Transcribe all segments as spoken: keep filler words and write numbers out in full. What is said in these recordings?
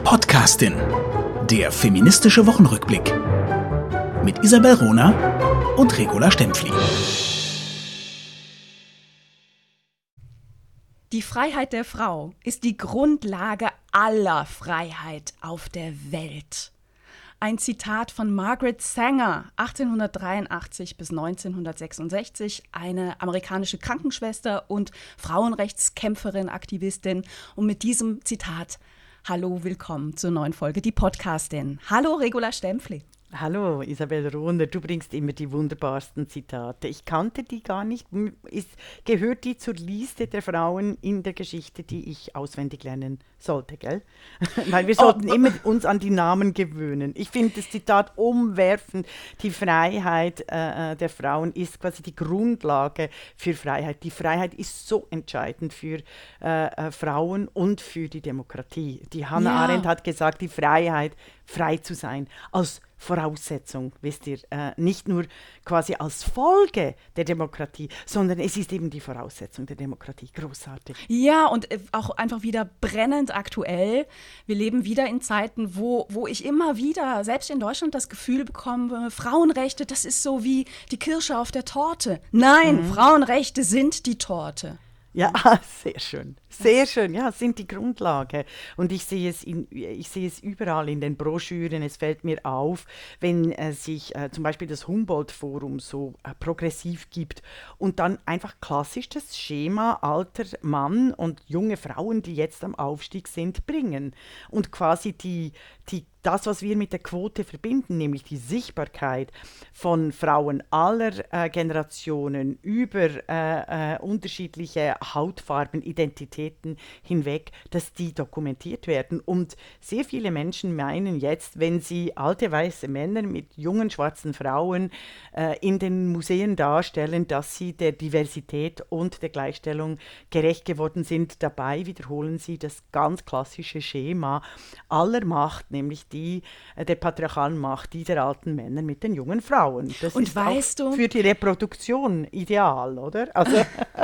Podcastin. Der feministische Wochenrückblick. Mit Isabel Rohner und Regula Stempfli. Die Freiheit der Frau ist die Grundlage aller Freiheit auf der Welt. Ein Zitat von Margaret Sanger, achtzehnhundertdreiundachtzig bis neunzehnhundertsechsundsechzig, eine amerikanische Krankenschwester und Frauenrechtskämpferin, Aktivistin. Und mit diesem Zitat, hallo, willkommen zur neuen Folge, die Podcastin. Hallo, Regula Stempfli. Hallo, Isabel Rohner, du bringst immer die wunderbarsten Zitate. Ich kannte die gar nicht. Ist, gehört die zur Liste der Frauen in der Geschichte, die ich auswendig lernen sollte, gell? Weil wir sollten oh, immer uns an die Namen gewöhnen. Ich finde das Zitat umwerfend. Die Freiheit äh, der Frauen ist quasi die Grundlage für Freiheit. Die Freiheit ist so entscheidend für äh, Frauen und für die Demokratie. Die Hannah ja. Arendt hat gesagt, die Freiheit, frei zu sein, als Voraussetzung, wisst ihr, äh, nicht nur quasi als Folge der Demokratie, sondern es ist eben die Voraussetzung der Demokratie. Großartig. Ja, und auch einfach wieder brennend aktuell. Wir leben wieder in Zeiten, wo, wo ich immer wieder, selbst in Deutschland, das Gefühl bekomme, Frauenrechte, das ist so wie die Kirsche auf der Torte. Nein, mhm. Frauenrechte sind die Torte. Ja, sehr schön. Sehr schön, ja, es sind die Grundlage. Und ich sehe es, in, ich sehe es überall in den Broschüren. Es fällt mir auf, wenn äh, sich äh, zum Beispiel das Humboldt-Forum so äh, progressiv gibt und dann einfach klassisch das Schema alter Mann und junge Frauen, die jetzt am Aufstieg sind, bringen. Und quasi die, die das, was wir mit der Quote verbinden, nämlich die Sichtbarkeit von Frauen aller äh, Generationen über äh, äh, unterschiedliche Hautfarben, Identitäten hinweg, dass die dokumentiert werden. Und sehr viele Menschen meinen jetzt, wenn sie alte weiße Männer mit jungen schwarzen Frauen äh, in den Museen darstellen, dass sie der Diversität und der Gleichstellung gerecht geworden sind. Dabei wiederholen sie das ganz klassische Schema aller Macht, nämlich die Die, äh, der patriarchalen Macht dieser alten Männer mit den jungen Frauen. Das und ist weißt auch du, für die Reproduktion ideal, oder? Also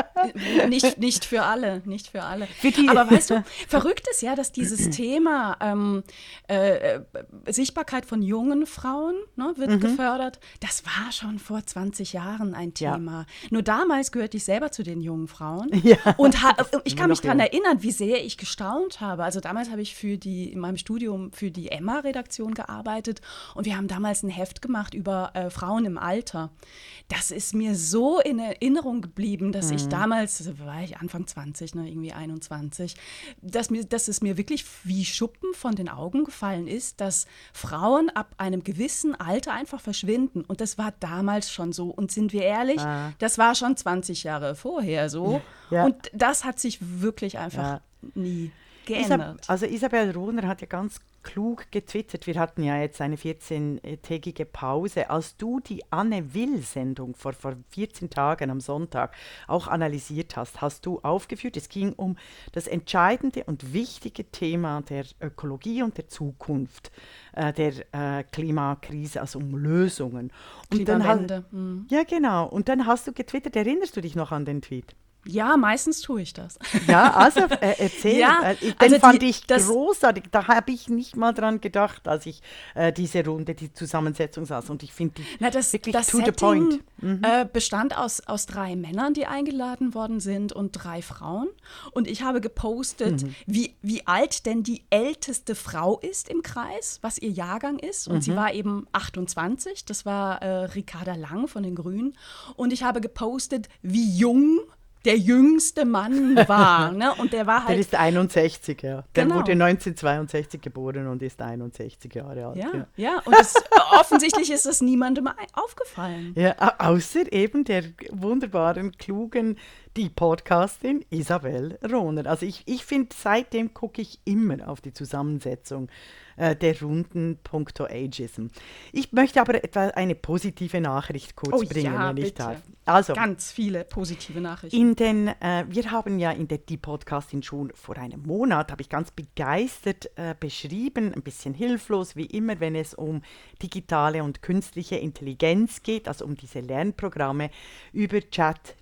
nicht, nicht für alle, nicht für alle. Für die Aber weißt du, verrückt ist ja, dass dieses Thema ähm, äh, Sichtbarkeit von jungen Frauen, ne, wird mhm. gefördert. Das war schon vor zwanzig Jahren ein Thema. Ja. Nur damals gehörte ich selber zu den jungen Frauen. Ja. Und ha- ich kann mich daran erinnern, wie sehr ich gestaunt habe. Also damals habe ich für die, in meinem Studium für die Emma-Redaktion gearbeitet und wir haben damals ein Heft gemacht über äh, Frauen im Alter. Das ist mir so in Erinnerung geblieben, dass mhm. ich damals, also war ich Anfang zwanzig, ne, irgendwie einundzwanzig, dass, mir, dass es mir wirklich wie Schuppen von den Augen gefallen ist, dass Frauen ab einem gewissen Alter einfach verschwinden. Und das war damals schon so. Und sind wir ehrlich, ah. das war schon zwanzig Jahre vorher so. Ja. Und das hat sich wirklich einfach ja. nie geändert. Isab- also Isabel Rohner hat ja ganz klug getwittert. Wir hatten ja jetzt eine vierzehntägige Pause. Als du die Anne-Will-Sendung vor, vor vierzehn Tagen am Sonntag auch analysiert hast, hast du aufgeführt, es ging um das entscheidende und wichtige Thema der Ökologie und der Zukunft äh, der äh, Klimakrise, also um Lösungen. Und dann ha- hm. Ja, genau. Und dann hast du getwittert, erinnerst du dich noch an den Tweet? Ja, meistens tue ich das. Ja, also äh, erzähl. Ja, äh, den also fand die, ich großartig. Da habe ich nicht mal dran gedacht, als ich äh, diese Runde, die Zusammensetzung saß. Und ich finde die Na, das, wirklich das to Setting, the point. Mhm. Äh, bestand aus, aus drei Männern, die eingeladen worden sind und drei Frauen. Und ich habe gepostet, mhm. wie, wie alt denn die älteste Frau ist im Kreis, was ihr Jahrgang ist. Und mhm. sie war eben achtundzwanzig. Das war äh, Ricarda Lang von den Grünen. Und ich habe gepostet, wie jung der jüngste Mann war, ne? Und der war halt... Der ist einundsechzig, ja. Der genau. wurde neunzehnhundertzweiundsechzig geboren und ist einundsechzig Jahre alt. Ja, ja. ja. Und das, offensichtlich ist das niemandem aufgefallen. Ja, außer eben der wunderbaren, klugen, die Podcastin Isabel Rohner. Also ich, ich finde, seitdem gucke ich immer auf die Zusammensetzung äh, der Runden puncto Ageism. Ich möchte aber etwa eine positive Nachricht kurz oh, bringen, ja, wenn ich bitte. darf. Also, ganz viele positive Nachrichten. In den, äh, wir haben ja in der Die Podcastin schon vor einem Monat, habe ich ganz begeistert äh, beschrieben, ein bisschen hilflos, wie immer, wenn es um digitale und künstliche Intelligenz geht, also um diese Lernprogramme über Chat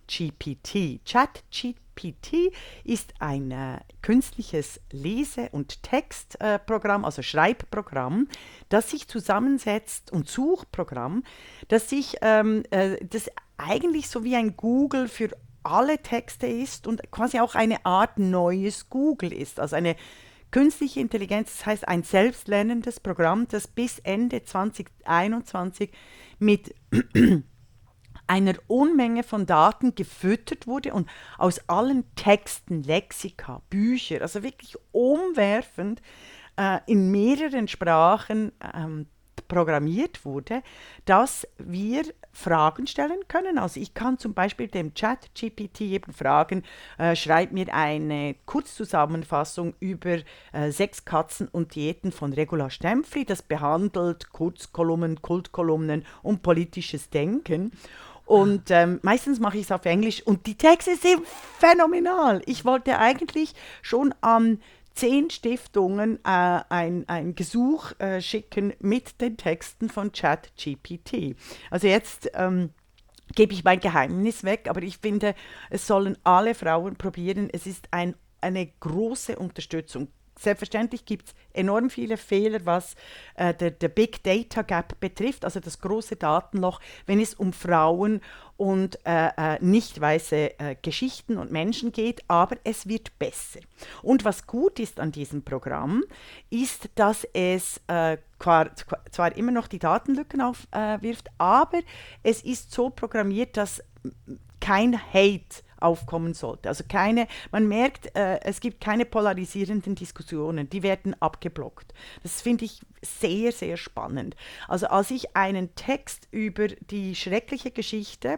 ChatGPT. ChatGPT ist ein äh, künstliches Lese- und Textprogramm, äh, also Schreibprogramm, das sich zusammensetzt und Suchprogramm, das sich ähm, äh, das eigentlich so wie ein Google für alle Texte ist und quasi auch eine Art neues Google ist, also eine künstliche Intelligenz, das heißt ein selbstlernendes Programm, das bis Ende zwanzig einundzwanzig mit einer Unmenge von Daten gefüttert wurde und aus allen Texten, Lexika, Bücher, also wirklich umwerfend äh, in mehreren Sprachen ähm, programmiert wurde, dass wir Fragen stellen können. Also ich kann zum Beispiel dem ChatGPT eben fragen, äh, schreib mir eine Kurzzusammenfassung über äh, Sex, Katzen und Diäten von Regula Stempfli. Das behandelt Kurzkolumnen, Kultkolumnen und politisches Denken. Und ähm, meistens mache ich es auf Englisch und die Texte sind phänomenal. Ich wollte eigentlich schon an zehn Stiftungen äh, ein, ein Gesuch äh, schicken mit den Texten von ChatGPT. Also jetzt ähm, gebe ich mein Geheimnis weg, aber ich finde, es sollen alle Frauen probieren. Es ist ein, eine große Unterstützung. Selbstverständlich gibt es enorm viele Fehler, was äh, der, der Big Data Gap betrifft, also das große Datenloch, wenn es um Frauen und äh, äh, nicht weiße äh, Geschichten und Menschen geht, aber es wird besser. Und was gut ist an diesem Programm, ist, dass es äh, zwar, zwar immer noch die Datenlücken aufwirft, äh, aber es ist so programmiert, dass kein Hate aufkommen sollte. Also keine, man merkt, äh, es gibt keine polarisierenden Diskussionen, die werden abgeblockt. Das finde ich sehr, sehr spannend. Also als ich einen Text über die schreckliche Geschichte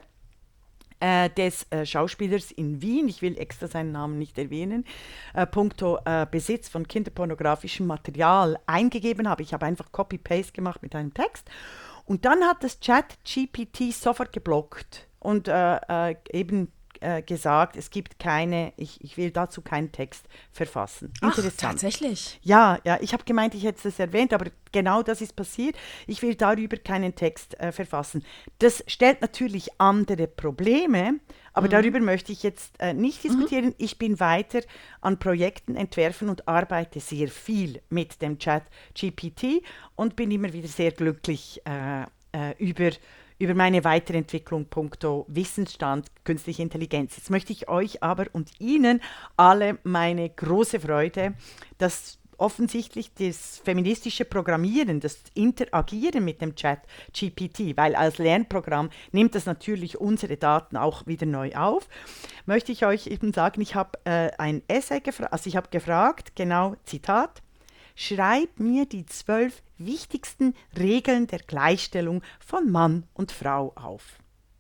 äh, des äh, Schauspielers in Wien, ich will extra seinen Namen nicht erwähnen, äh, puncto äh, Besitz von kinderpornografischem Material eingegeben habe, ich habe einfach Copy-Paste gemacht mit einem Text und dann hat das ChatGPT sofort geblockt und äh, äh, eben gesagt, es gibt keine, ich, ich will dazu keinen Text verfassen. Interessant. Ach, tatsächlich? Ja, ja, ich habe gemeint, ich hätte es erwähnt, aber genau das ist passiert. Ich will darüber keinen Text äh, verfassen. Das stellt natürlich andere Probleme, aber mhm. darüber möchte ich jetzt äh, nicht diskutieren. Mhm. Ich bin weiter an Projekten entwerfen und arbeite sehr viel mit dem ChatGPT und bin immer wieder sehr glücklich äh, äh, über über meine Weiterentwicklung puncto Wissensstand, künstliche Intelligenz. Jetzt möchte ich euch aber und Ihnen alle meine große Freude, dass offensichtlich das feministische Programmieren, das Interagieren mit dem ChatGPT, weil als Lernprogramm nimmt das natürlich unsere Daten auch wieder neu auf, möchte ich euch eben sagen, ich habe äh, ein Essay gefragt, also ich habe gefragt, genau, Zitat, schreib mir die zwölf wichtigsten Regeln der Gleichstellung von Mann und Frau auf.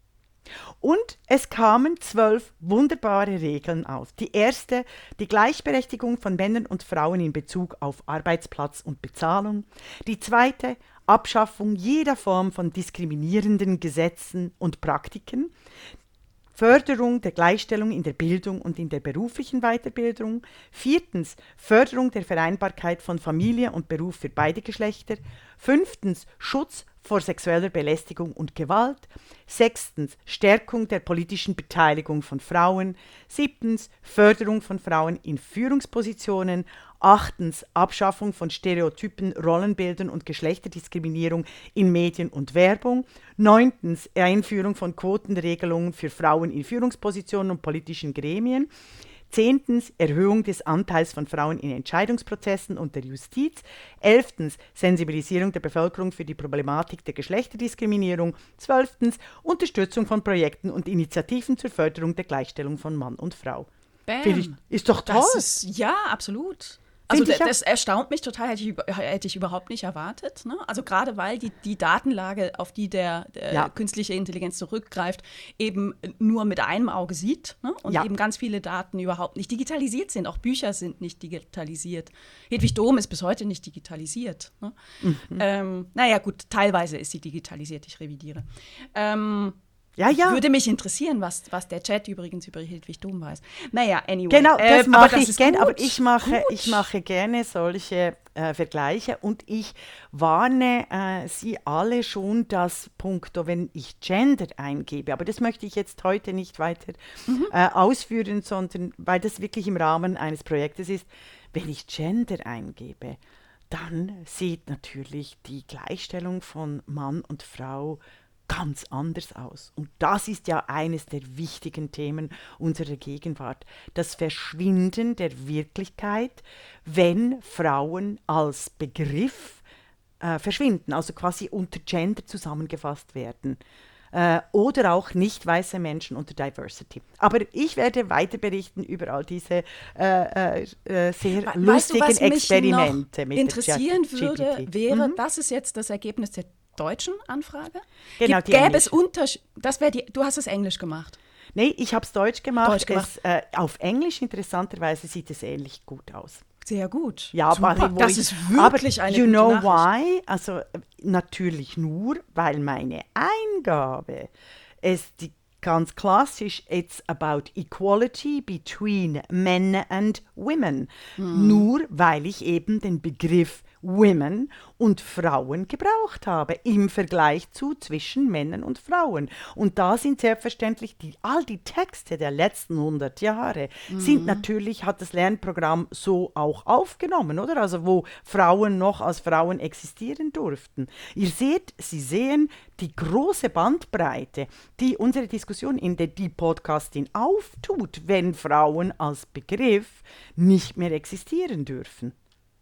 Und es kamen zwölf wunderbare Regeln auf. Die erste, die Gleichberechtigung von Männern und Frauen in Bezug auf Arbeitsplatz und Bezahlung. Die zweite, Abschaffung jeder Form von diskriminierenden Gesetzen und Praktiken. Förderung der Gleichstellung in der Bildung und in der beruflichen Weiterbildung. Viertens, Förderung der Vereinbarkeit von Familie und Beruf für beide Geschlechter. Fünftens, Schutz vor sexueller Belästigung und Gewalt. Sechstens, Stärkung der politischen Beteiligung von Frauen. Siebtens, Förderung von Frauen in Führungspositionen. Achtens, Abschaffung von Stereotypen, Rollenbildern und Geschlechterdiskriminierung in Medien und Werbung. Neuntens, Einführung von Quotenregelungen für Frauen in Führungspositionen und politischen Gremien. Zehntens, Erhöhung des Anteils von Frauen in Entscheidungsprozessen und der Justiz. Elftens, Sensibilisierung der Bevölkerung für die Problematik der Geschlechterdiskriminierung. Zwölftens, Unterstützung von Projekten und Initiativen zur Förderung der Gleichstellung von Mann und Frau. Bam. Ich, ist doch toll. Das ist, ja, absolut. Also d- das erstaunt mich total, hätte ich, hätte ich überhaupt nicht erwartet. Ne? Also gerade weil die, die Datenlage, auf die der, der ja. künstliche Intelligenz zurückgreift, eben nur mit einem Auge sieht, ne? Und ja. eben ganz viele Daten überhaupt nicht digitalisiert sind. Auch Bücher sind nicht digitalisiert. Hedwig Dohm ist bis heute nicht digitalisiert. Ne? Mhm. Ähm, naja gut, teilweise ist sie digitalisiert, ich revidiere. Ähm, Ja, ja. Würde mich interessieren, was, was der Chat übrigens über Hedwig Dom weiß. Naja, anyway. Genau, das äh, mache aber das ich gerne, aber gut. ich mache, Gut. ich mache gerne solche äh, Vergleiche und ich warne äh, Sie alle schon, dass punkto, wenn ich Gender eingebe, aber das möchte ich jetzt heute nicht weiter mhm. äh, ausführen, sondern weil das wirklich im Rahmen eines Projektes ist, wenn ich Gender eingebe, dann sieht natürlich die Gleichstellung von Mann und Frau ganz anders aus. Und das ist ja eines der wichtigen Themen unserer Gegenwart. Das Verschwinden der Wirklichkeit, wenn Frauen als Begriff äh, verschwinden, also quasi unter Gender zusammengefasst werden. Äh, oder auch nicht weiße Menschen unter Diversity. Aber ich werde weiter berichten über all diese äh, äh, sehr weißt lustigen du, was Experimente. Mich noch mit interessieren der würde, wäre, mhm. das ist jetzt das Ergebnis der deutschen Anfrage. Genau, Gibt, gäbe es Unterschiede? Das wäre die. Du hast es Englisch gemacht. Nee, ich habe es Deutsch gemacht. Deutsch gemacht. Es, äh, auf Englisch interessanterweise sieht es ähnlich gut aus. Sehr gut. Ja, super. aber Das ich, ist wirklich aber eine you gute know Nachricht. why? Also äh, natürlich nur, weil meine Eingabe es die ganz klassisch, it's about equality between men and women. Hm. Nur weil ich eben den Begriff Women und Frauen gebraucht habe im Vergleich zu zwischen Männern und Frauen. Und da sind selbstverständlich die, all die Texte der letzten hundert Jahre mhm. sind natürlich, hat das Lernprogramm so auch aufgenommen, oder? Also wo Frauen noch als Frauen existieren durften. Ihr seht, Sie sehen die große Bandbreite, die unsere Diskussion in der Die Podcastin auftut, wenn Frauen als Begriff nicht mehr existieren dürfen.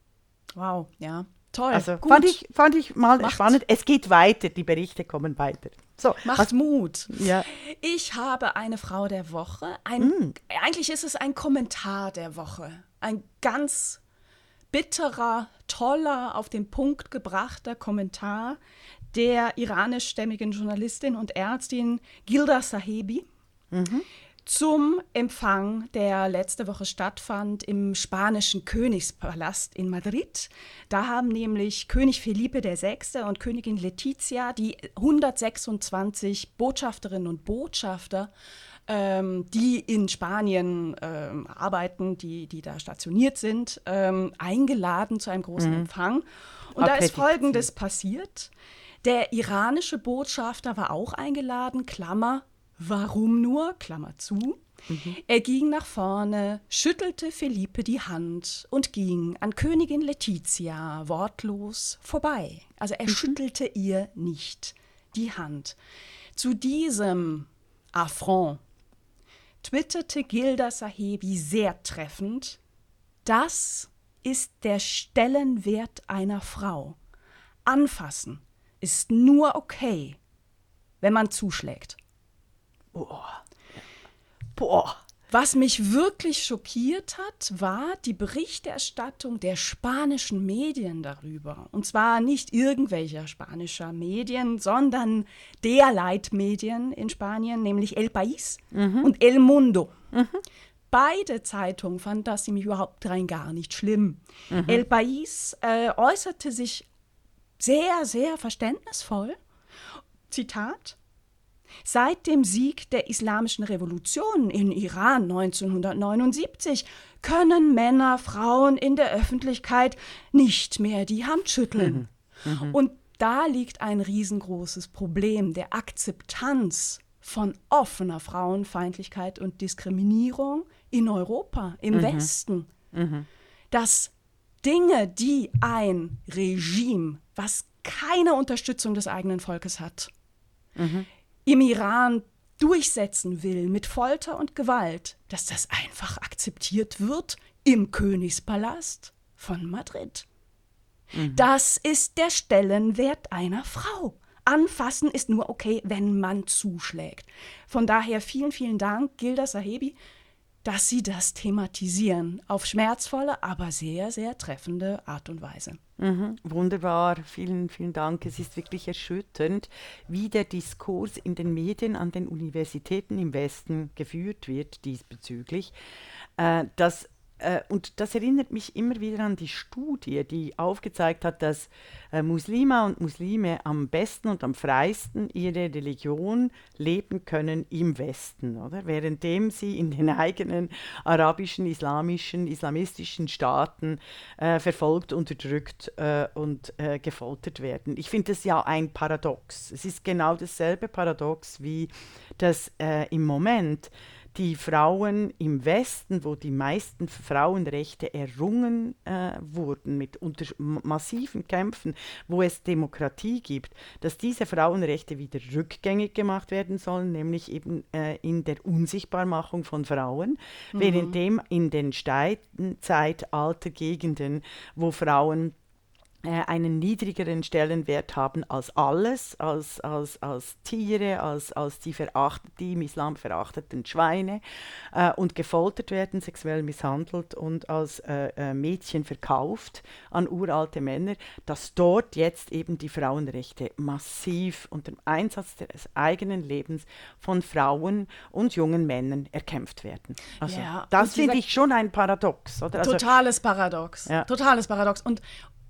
Wow, ja, toll. Also gut. Fand, ich, fand ich mal Macht. spannend. Es geht weiter, die Berichte kommen weiter. So, Macht was, Mut. Ja. Ich habe eine Frau der Woche. Ein, mm. Eigentlich ist es ein Kommentar der Woche. Ein ganz bitterer, toller, auf den Punkt gebrachter Kommentar der iranischstämmigen Journalistin und Ärztin Gilda Sahebi. Mhm. Zum Empfang, der letzte Woche stattfand im spanischen Königspalast in Madrid. Da haben nämlich König Felipe der Sechste und Königin Letizia, die hundertsechsundzwanzig Botschafterinnen und Botschafter, ähm, die in Spanien ähm, arbeiten, die, die da stationiert sind, ähm, eingeladen zu einem großen mhm. Empfang. Und da ist Folgendes passiert. Der iranische Botschafter war auch eingeladen, Klammer, warum nur, Klammer zu. Mhm. Er ging nach vorne, schüttelte Felipe die Hand und ging an Königin Letizia wortlos vorbei. Also er mhm. schüttelte ihr nicht die Hand. Zu diesem Affront twitterte Gilda Sahebi sehr treffend: Das ist der Stellenwert einer Frau. Anfassen ist nur okay, wenn man zuschlägt. Boah. Boah. Was mich wirklich schockiert hat, war die Berichterstattung der spanischen Medien darüber. Und zwar nicht irgendwelcher spanischer Medien, sondern der Leitmedien in Spanien, nämlich El País mhm. und El Mundo. Mhm. Beide Zeitungen fanden das nämlich überhaupt rein gar nicht schlimm. Mhm. El País äh, äußerte sich sehr, sehr verständnisvoll. Zitat: Seit dem Sieg der Islamischen Revolution in Iran neunzehnhundertneunundsiebzig können Männer Frauen in der Öffentlichkeit nicht mehr die Hand schütteln. Mhm. Mhm. Und da liegt ein riesengroßes Problem der Akzeptanz von offener Frauenfeindlichkeit und Diskriminierung in Europa, im mhm. Westen. Mhm. Dass Dinge, die ein Regime, was keine Unterstützung des eigenen Volkes hat, mhm. im Iran durchsetzen will mit Folter und Gewalt, dass das einfach akzeptiert wird im Königspalast von Madrid. Mhm. Das ist der Stellenwert einer Frau. Anfassen ist nur okay, wenn man zuschlägt. Von daher vielen, vielen Dank, Gilda Sahebi, dass Sie das thematisieren. Auf schmerzvolle, aber sehr, sehr treffende Art und Weise. Mhm, wunderbar, vielen, vielen Dank. Es ist wirklich erschütternd, wie der Diskurs in den Medien an den Universitäten im Westen geführt wird diesbezüglich. Äh, dass äh, und das erinnert mich immer wieder an die Studie, die aufgezeigt hat, dass äh, Muslime und Muslime am besten und am freisten ihre Religion leben können im Westen, oder? Währenddem sie in den eigenen arabischen, islamischen, islamistischen Staaten äh, verfolgt, unterdrückt äh, und äh, gefoltert werden. Ich finde das ja ein Paradox. Es ist genau dasselbe Paradox wie dass äh, im Moment die Frauen im Westen, wo die meisten Frauenrechte errungen äh, wurden mit unter massiven Kämpfen, wo es Demokratie gibt, dass diese Frauenrechte wieder rückgängig gemacht werden sollen, nämlich eben äh, in der Unsichtbarmachung von Frauen, mhm. währenddem in den Steinzeitaltergegenden, wo Frauen einen niedrigeren Stellenwert haben als alles, als, als, als Tiere, als, als die, verachtet, die im Islam verachteten Schweine äh, und gefoltert werden, sexuell misshandelt und als äh, äh, Mädchen verkauft an uralte Männer, dass dort jetzt eben die Frauenrechte massiv unter dem Einsatz des eigenen Lebens von Frauen und jungen Männern erkämpft werden. Also ja, das finde ich schon ein Paradox. Oder? Also, totales Paradox. Ja. Totales Paradox. Und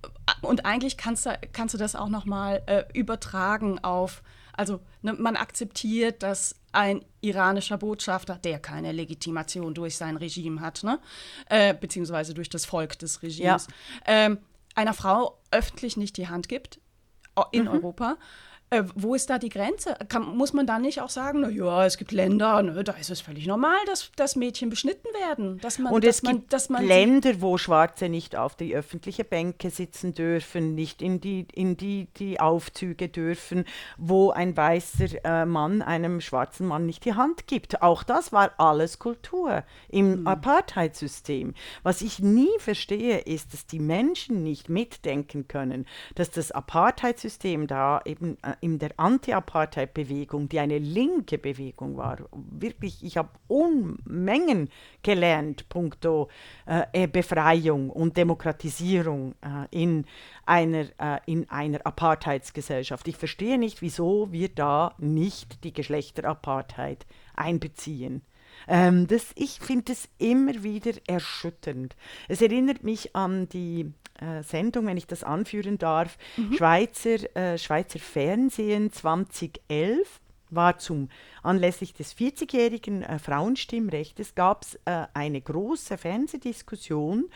Und eigentlich kannst du, kannst du das auch nochmal äh, übertragen auf, also ne, man akzeptiert, dass ein iranischer Botschafter, der keine Legitimation durch sein Regime hat, ne, äh, beziehungsweise durch das Volk des Regimes, ja. ähm, einer Frau öffentlich nicht die Hand gibt, in mhm. Europa. Äh, wo ist da die Grenze? Kann, muss man da nicht auch sagen, na ja, es gibt Länder, ne, da ist es völlig normal, dass, dass Mädchen beschnitten werden. Dass man, und dass es man, gibt dass man Länder, wo Schwarze nicht auf die öffentliche Bänke sitzen dürfen, nicht in die, in die, die Aufzüge dürfen, wo ein weißer äh, Mann einem schwarzen Mann nicht die Hand gibt. Auch das war alles Kultur im mhm. Apartheidsystem. Was ich nie verstehe, ist, dass die Menschen nicht mitdenken können, dass das Apartheidsystem da eben äh, in der Anti-Apartheid-Bewegung, die eine linke Bewegung war, wirklich, ich habe Unmengen gelernt, punkto äh, Befreiung und Demokratisierung äh, in einer, äh, in einer Apartheidsgesellschaft. Ich verstehe nicht, wieso wir da nicht die Geschlechterapartheid einbeziehen. Ähm, das, ich finde es immer wieder erschütternd. Es erinnert mich an die äh, Sendung, wenn ich das anführen darf, mhm. Schweizer, äh, Schweizer Fernsehen zweitausendelf war zum anlässlich des vierzigjährigen äh, Frauenstimmrechts gab es äh, eine große Fernsehdiskussion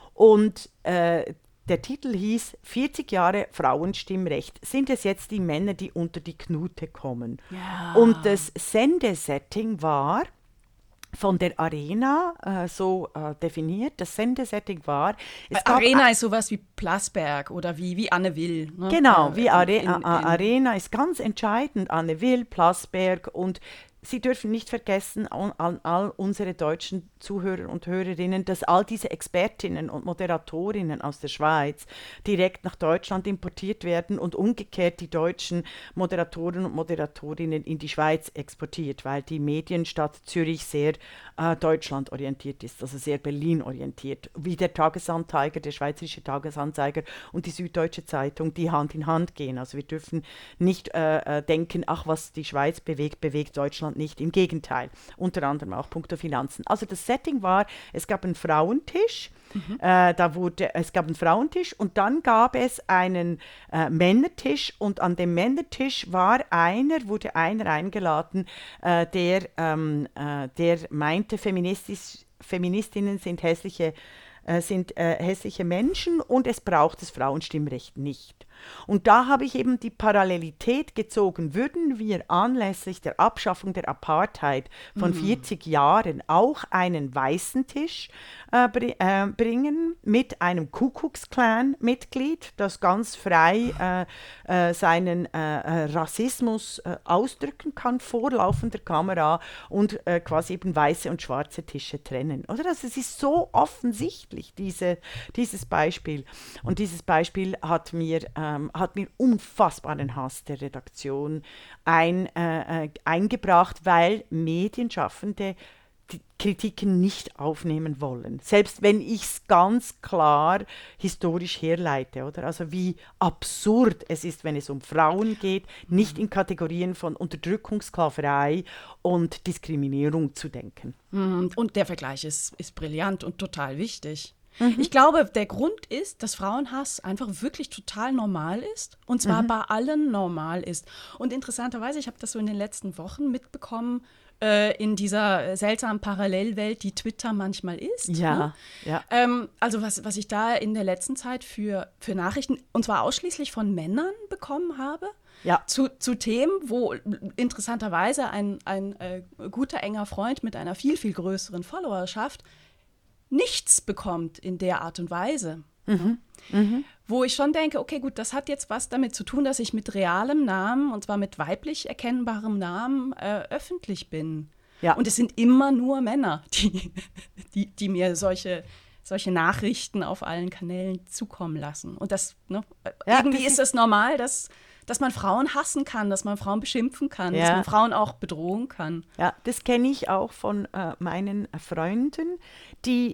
und äh, der Titel hieß vierzig Jahre Frauenstimmrecht. Sind es jetzt die Männer, die unter die Knute kommen? Ja. Und das Sendesetting war von der Arena äh, so äh, definiert. Das Sendesetting war... Es gab Arena a- ist sowas wie Plasberg oder wie, wie Anne Will. Ne? Genau, äh, wie Are- in, in, in Arena ist ganz entscheidend. Anne Will, Plasberg und Sie dürfen nicht vergessen, an, an all unsere deutschen Zuhörer und Hörerinnen, dass all diese Expertinnen und Moderatorinnen aus der Schweiz direkt nach Deutschland importiert werden und umgekehrt die deutschen Moderatoren und Moderatorinnen in die Schweiz exportiert, weil die Medienstadt Zürich sehr äh, deutschlandorientiert ist, also sehr Berlin-orientiert, wie der Tagesanzeiger, der Schweizerische Tagesanzeiger und die Süddeutsche Zeitung, die Hand in Hand gehen. Also wir dürfen nicht äh, denken, ach, was die Schweiz bewegt, bewegt Deutschland nicht. Im Gegenteil, unter anderem auch punkto Finanzen. Also das Setting war, es gab einen Frauentisch, mhm. äh, da wurde, es gab einen Frauentisch und dann gab es einen äh, Männertisch und an dem Männertisch war einer, wurde einer eingeladen, äh, der, ähm, äh, der meinte, Feministisch, Feministinnen sind hässliche, äh, sind äh, hässliche Menschen und es braucht das Frauenstimmrecht nicht. Und da habe ich eben die Parallelität gezogen. Würden wir anlässlich der Abschaffung der Apartheid von mm. vierzig Jahren auch einen weißen Tisch äh, br- äh, bringen mit einem Ku-Klux-Klan-Mitglied, das ganz frei äh, äh, seinen äh, Rassismus äh, ausdrücken kann vor laufender Kamera und äh, quasi eben weiße und schwarze Tische trennen. Oder? Also es ist so offensichtlich, diese, dieses Beispiel. Und dieses Beispiel hat mir äh, hat mir unfassbaren Hass der Redaktion ein, äh, eingebracht, weil Medienschaffende die Kritiken nicht aufnehmen wollen. Selbst wenn ich es ganz klar historisch herleite, oder? Also wie absurd es ist, wenn es um Frauen geht, nicht in Kategorien von Unterdrückung, Sklaverei und Diskriminierung zu denken. Und der Vergleich ist, ist brillant und total wichtig. Mhm. Ich glaube, der Grund ist, dass Frauenhass einfach wirklich total normal ist und zwar mhm. bei allen normal ist. Und interessanterweise, ich habe das so in den letzten Wochen mitbekommen, äh, in dieser seltsamen Parallelwelt, die Twitter manchmal ist. Ja, ne? ja. Ähm, also was, was ich da in der letzten Zeit für, für Nachrichten, und zwar ausschließlich von Männern bekommen habe, ja. zu, zu Themen, wo interessanterweise ein, ein äh, guter, enger Freund mit einer viel, viel größeren Followerschaft nichts bekommt in der Art und Weise. Mhm. Mhm. Wo ich schon denke, okay, gut, das hat jetzt was damit zu tun, dass ich mit realem Namen, und zwar mit weiblich erkennbarem Namen, äh, öffentlich bin. Ja. Und es sind immer nur Männer, die, die, die mir solche, solche Nachrichten auf allen Kanälen zukommen lassen. Und das, ne, ja, irgendwie das ist es normal, dass, dass man Frauen hassen kann, dass man Frauen beschimpfen kann, ja. dass man Frauen auch bedrohen kann. Ja, das kenne ich auch von äh, meinen Freunden, die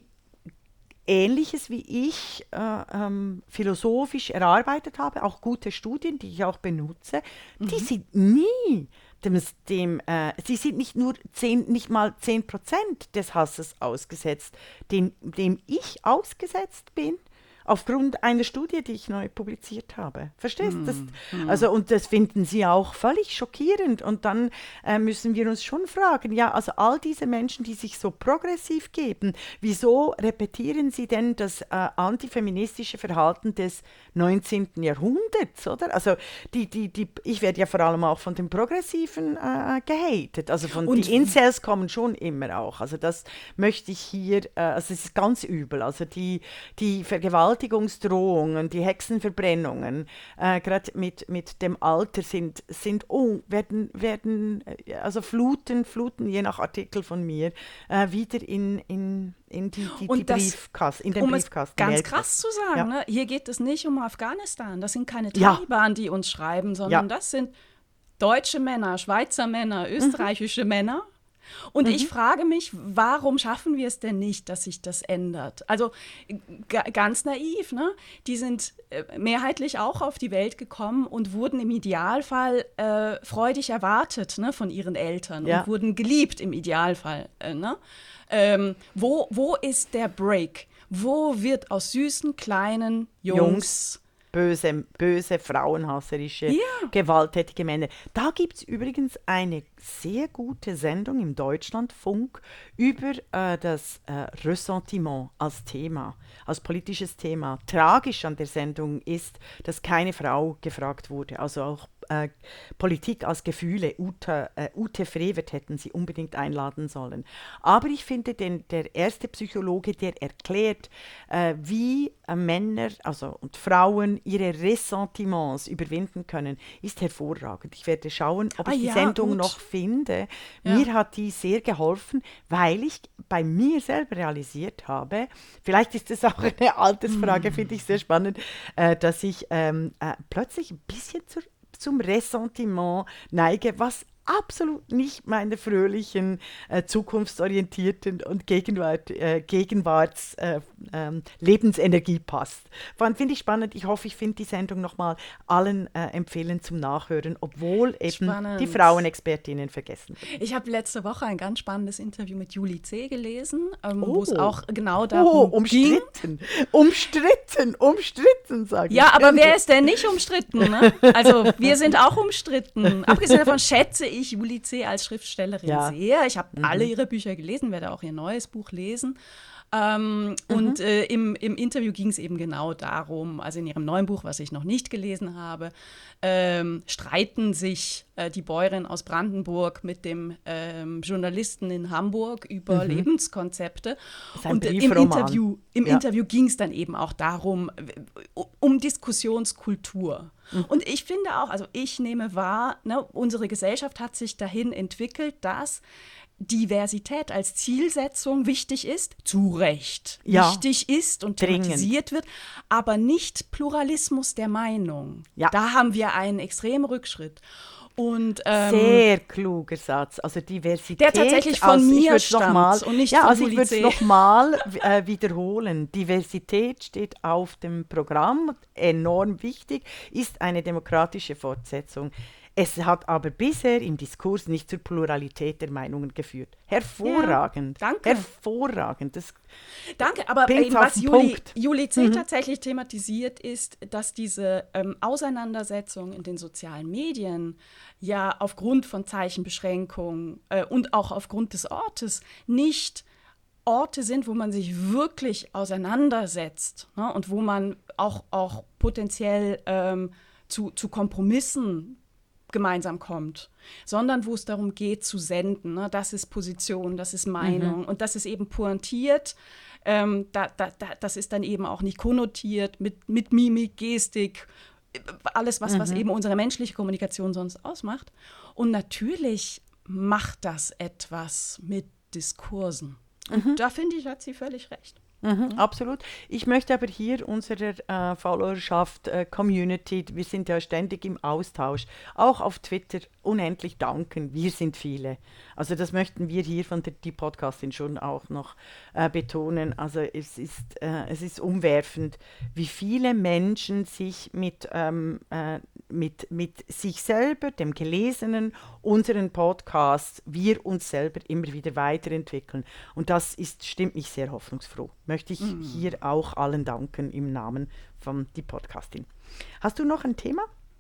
Ähnliches wie ich äh, ähm, philosophisch erarbeitet habe, auch gute Studien, die ich auch benutze, mhm. die sind nie dem, dem äh, sie sind nicht nur zehn, nicht mal zehn Prozent des Hasses ausgesetzt, dem, dem ich ausgesetzt bin, aufgrund einer Studie, die ich neu publiziert habe. Verstehst du? Mm, mm. Also, und das finden sie auch völlig schockierend. Und dann äh, müssen wir uns schon fragen, ja, also all diese Menschen, die sich so progressiv geben, wieso repetieren sie denn das äh, antifeministische Verhalten des neunzehnten Jahrhunderts, oder? Also, die, die, die, ich werde ja vor allem auch von den Progressiven äh, gehatet. Also, von und die Incels kommen schon immer auch. Also, das möchte ich hier, äh, also, es ist ganz übel. Also, die, die Vergewaltigung Vergewaltigungsdrohungen, die Hexenverbrennungen, äh, gerade mit, mit dem Alter sind, sind oh, werden, werden also Fluten, Fluten, je nach Artikel von mir, äh, wieder in, in, in, die, die, die das, Briefkasten, in den um Briefkasten. Ganz Helfen. krass zu sagen, ja. ne? Hier geht es nicht um Afghanistan, das sind keine ja. Taliban, die uns schreiben, sondern ja. das sind deutsche Männer, Schweizer Männer, österreichische mhm. Männer. Und mhm. ich frage mich, warum schaffen wir es denn nicht, dass sich das ändert? Also g- ganz naiv, ne? Die sind äh, mehrheitlich auch auf die Welt gekommen und wurden im Idealfall äh, freudig erwartet, ne, von ihren Eltern ja. und wurden geliebt im Idealfall. Äh, ne? ähm, wo, wo ist der Break? Wo wird aus süßen, kleinen Jungs... Jungs. Böse, böse, frauenhasserische, ja. gewalttätige Männer. Da gibt es übrigens eine sehr gute Sendung im Deutschlandfunk über äh, das äh, Ressentiment als Thema, als politisches Thema. Tragisch an der Sendung ist, dass keine Frau gefragt wurde, also auch Äh, Politik als Gefühle. Ute, äh, Ute Frevert hätten sie unbedingt einladen sollen. Aber ich finde, den, der erste Psychologe, der erklärt, äh, wie äh, Männer also, und Frauen ihre Ressentiments überwinden können, ist hervorragend. Ich werde schauen, ob ich ah, die ja, Sendung gut. noch finde. Ja. Mir hat die sehr geholfen, weil ich bei mir selber realisiert habe, vielleicht ist das auch eine Altersfrage, mm. finde ich sehr spannend, äh, dass ich ähm, äh, plötzlich ein bisschen zur zum Ressentiment neige, was absolut nicht meine fröhlichen, äh, zukunftsorientierten und Gegenwart, äh, Gegenwarts äh, ähm, Lebensenergie passt. Finde ich spannend. Ich hoffe, ich finde die Sendung nochmal allen äh, empfehlen zum Nachhören, obwohl eben spannend. Die Frauenexpertinnen vergessen werden. Ich habe letzte Woche ein ganz spannendes Interview mit Julie C. gelesen, ähm, oh. wo es auch genau darum oh, umstritten. ging. Umstritten, umstritten, sage ich. Ja, aber Ende. Wer ist denn nicht umstritten? Ne? Also wir sind auch umstritten. Abgesehen davon schätze ich Julie C. als Schriftstellerin ja. sehr. Ich habe mhm. alle ihre Bücher gelesen, werde auch ihr neues Buch lesen. Ähm, mhm. Und äh, im, im Interview ging es eben genau darum, also in ihrem neuen Buch, was ich noch nicht gelesen habe, ähm, streiten sich äh, die Bäuerin aus Brandenburg mit dem ähm, Journalisten in Hamburg über mhm. Lebenskonzepte. Und äh, im Interview, im ja. Interview ging es dann eben auch darum, um Diskussionskultur. Mhm. Und ich finde auch, also ich nehme wahr, ne, unsere Gesellschaft hat sich dahin entwickelt, dass Diversität als Zielsetzung wichtig ist, zu Recht ja. wichtig ist und thematisiert wird, aber nicht Pluralismus der Meinung. Ja. Da haben wir einen extremen Rückschritt. Und, ähm, sehr kluger Satz. Also Diversität. Der tatsächlich von also mir stammt mal, und nicht ja, von also ich würde es Polizei. nochmal äh, wiederholen. Diversität steht auf dem Programm, enorm wichtig, ist eine demokratische Fortsetzung. Es hat aber bisher im Diskurs nicht zur Pluralität der Meinungen geführt. Hervorragend. Ja, danke. Hervorragend. Das Danke, aber bringt's eben, auf was den Juli, Punkt. Juli C. Mhm. tatsächlich thematisiert, ist, dass diese ähm, Auseinandersetzung in den sozialen Medien ja aufgrund von Zeichenbeschränkungen äh, und auch aufgrund des Ortes nicht Orte sind, wo man sich wirklich auseinandersetzt, ne? Und wo man auch, auch potenziell ähm, zu, zu Kompromissen gemeinsam kommt, sondern wo es darum geht zu senden. Ne? Das ist Position, das ist Meinung mhm. und das ist eben pointiert. Ähm, da, da, da, das ist dann eben auch nicht konnotiert mit, mit Mimik, Gestik, alles, was, mhm. was eben unsere menschliche Kommunikation sonst ausmacht. Und natürlich macht das etwas mit Diskursen. Und mhm. da finde ich, hat sie völlig recht. Mhm, mhm. Absolut. Ich möchte aber hier unserer äh, Followerschaft, äh, Community, wir sind ja ständig im Austausch, auch auf Twitter unendlich danken. Wir sind viele. Also das möchten wir hier von der die Podcastin schon auch noch äh, betonen. Also es ist, äh, es ist umwerfend, wie viele Menschen sich mit, ähm, äh, mit, mit sich selber, dem Gelesenen, unseren Podcasts, wir uns selber immer wieder weiterentwickeln. Und das ist, stimmt mich sehr hoffnungsfroh. Möchte ich mm. hier auch allen danken im Namen von die Podcastin. Hast du noch ein Thema?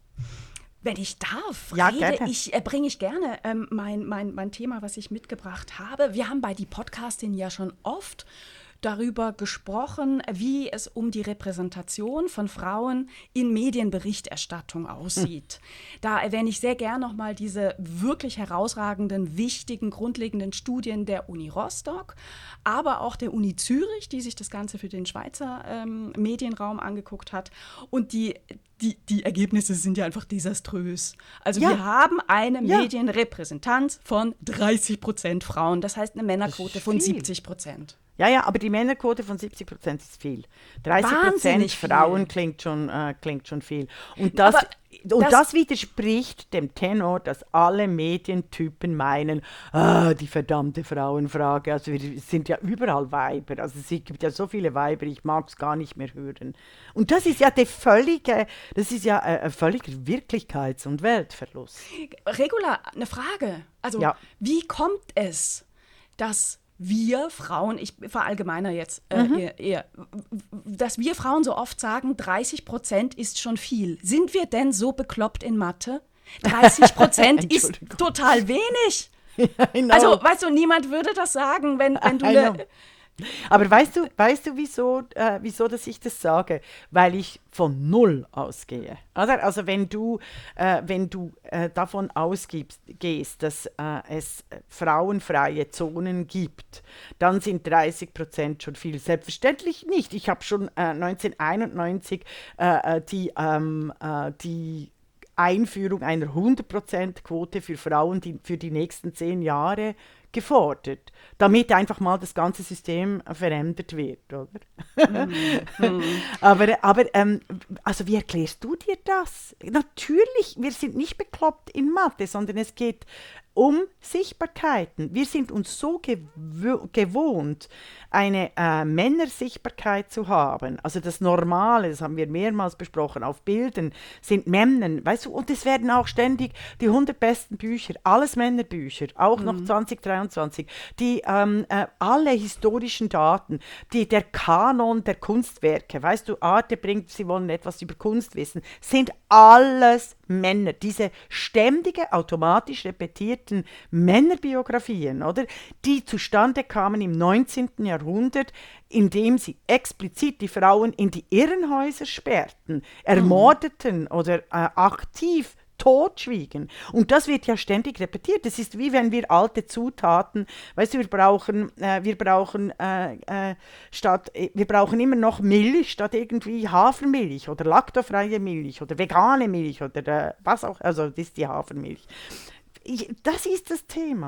Wenn ich darf, ja, rede gerne. ich, äh, bringe ich gerne ähm, mein, mein, mein Thema, was ich mitgebracht habe. Wir haben bei die Podcastin ja schon oft darüber gesprochen, wie es um die Repräsentation von Frauen in Medienberichterstattung aussieht. Hm. Da erwähne ich sehr gern nochmal diese wirklich herausragenden, wichtigen, grundlegenden Studien der Uni Rostock, aber auch der Uni Zürich, die sich das Ganze für den Schweizer ähm, Medienraum angeguckt hat. Und die Die, die Ergebnisse sind ja einfach desaströs. Also ja. wir haben eine ja. Medienrepräsentanz von dreißig Prozent Frauen. Das heißt eine Männerquote von siebzig Prozent. Ja, ja, aber die Männerquote von siebzig Prozent ist viel. dreißig Prozent Frauen klingt schon, äh, klingt schon viel. Und das, und das, das widerspricht dem Tenor, dass alle Medientypen meinen, ah, die verdammte Frauenfrage. Also wir sind ja überall Weiber. Also es gibt ja so viele Weiber, ich mag es gar nicht mehr hören. Und das ist ja der völlige, das ist ja ein, ein völliger Wirklichkeits- und Weltverlust. Regula, eine Frage. Also ja. wie kommt es, dass wir Frauen, ich verallgemeiner jetzt, äh, mhm. eher, eher, dass wir Frauen so oft sagen, dreißig Prozent ist schon viel. Sind wir denn so bekloppt in Mathe? dreißig Prozent ist total wenig. Also, weißt du, niemand würde das sagen, wenn, wenn du eine... Aber weißt du, weißt du wieso, äh, wieso dass ich das sage? Weil ich von Null ausgehe. Oder? Also wenn du, äh, wenn du äh, davon ausgehst, dass äh, es frauenfreie Zonen gibt, dann sind dreißig Prozent schon viel. Selbstverständlich nicht. Ich habe schon äh, neunzehnhunderteinundneunzig äh, die, ähm, äh, die Einführung einer hundert Prozent Quote für Frauen die, für die nächsten zehn Jahre gefordert, damit einfach mal das ganze System verändert wird, oder? Mm. aber aber ähm, also wie erklärst du dir das? Natürlich, wir sind nicht bekloppt in Mathe, sondern es geht um Sichtbarkeiten. Wir sind uns so gew- gewohnt, eine äh, Männersichtbarkeit zu haben. Also das Normale, das haben wir mehrmals besprochen, auf Bildern sind Männer, weißt du, und es werden auch ständig die hundert besten Bücher, alles Männerbücher, auch mhm. noch zwanzig dreiundzwanzig, die ähm, äh, alle historischen Daten, die, der Kanon der Kunstwerke, weißt du, Arte bringt, sie wollen etwas über Kunst wissen, sind alles Männer. Diese ständige, automatisch repetierten Männerbiografien, oder, die zustande kamen im neunzehnten Jahrhundert, indem sie explizit die Frauen in die Irrenhäuser sperrten, ermordeten mhm. oder äh, aktiv totschwiegen. Und das wird ja ständig repetiert. Das ist wie wenn wir alte Zutaten, weißt du, wir brauchen, äh, wir brauchen äh, äh, statt, äh, wir brauchen immer noch Milch statt irgendwie Hafermilch oder laktofreie Milch oder vegane Milch oder äh, was auch, also das ist die Hafermilch. Ich, das ist das Thema.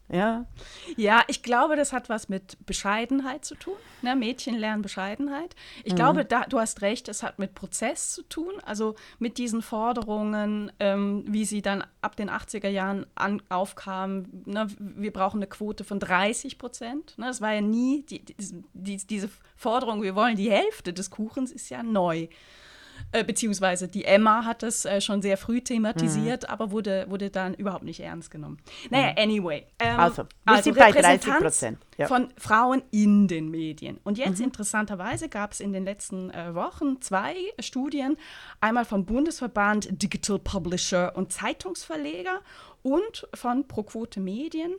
Ja. Ja, ich glaube, das hat was mit Bescheidenheit zu tun. Ne? Mädchen lernen Bescheidenheit. Ich mhm. glaube, da, du hast recht, es hat mit Prozess zu tun, also mit diesen Forderungen, ähm, wie sie dann ab den achtziger Jahren an, aufkamen. Ne? Wir brauchen eine Quote von dreißig Prozent. Ne? Das war ja nie, die, die, diese Forderung, wir wollen die Hälfte des Kuchens, ist ja neu. Äh, beziehungsweise die Emma hat das äh, schon sehr früh thematisiert, mhm. aber wurde, wurde dann überhaupt nicht ernst genommen. Naja, anyway. Ähm, also, wir also sind bei dreißig Prozent. Ja. Von Frauen in den Medien. Und jetzt mhm. interessanterweise gab es in den letzten äh, Wochen zwei Studien, einmal vom Bundesverband Digital Publisher und Zeitungsverleger und von Pro Quote Medien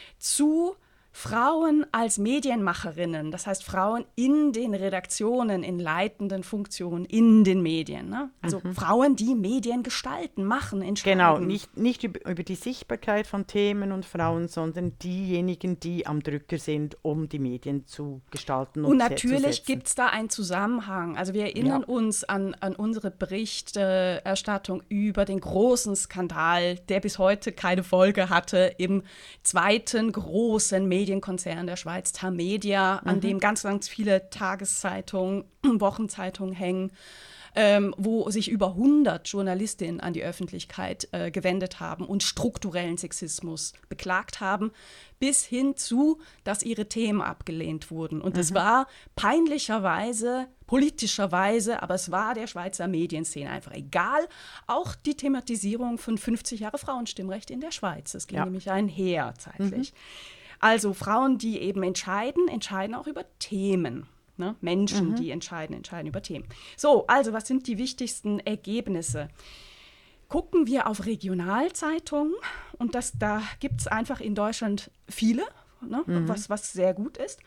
zu Frauen als Medienmacherinnen, das heißt Frauen in den Redaktionen, in leitenden Funktionen, in den Medien. Ne? Also mhm. Frauen, die Medien gestalten, machen, entscheiden. Genau, nicht, nicht über, über die Sichtbarkeit von Themen und Frauen, sondern diejenigen, die am Drücker sind, um die Medien zu gestalten und, und natürlich gibt es da einen Zusammenhang. Also wir erinnern ja. uns an, an unsere Berichterstattung über den großen Skandal, der bis heute keine Folge hatte, im zweiten großen Medien Medienkonzern der Schweiz, Tamedia, an mhm. dem ganz, ganz viele Tageszeitungen, Wochenzeitungen hängen, ähm, wo sich über hundert Journalistinnen an die Öffentlichkeit äh, gewendet haben und strukturellen Sexismus beklagt haben, bis hin zu, dass ihre Themen abgelehnt wurden. Und das mhm. war peinlicherweise, politischerweise, aber es war der Schweizer Medienszene einfach egal. Auch die Thematisierung von fünfzig Jahre Frauenstimmrecht in der Schweiz. Das ging ja. nämlich einher zeitlich. Mhm. Also Frauen, die eben entscheiden, entscheiden auch über Themen. Ne? Menschen, mhm. die entscheiden, entscheiden über Themen. So, also was sind die wichtigsten Ergebnisse? Gucken wir auf Regionalzeitungen und das, da gibt es einfach in Deutschland viele, ne? mhm. was, was sehr gut ist.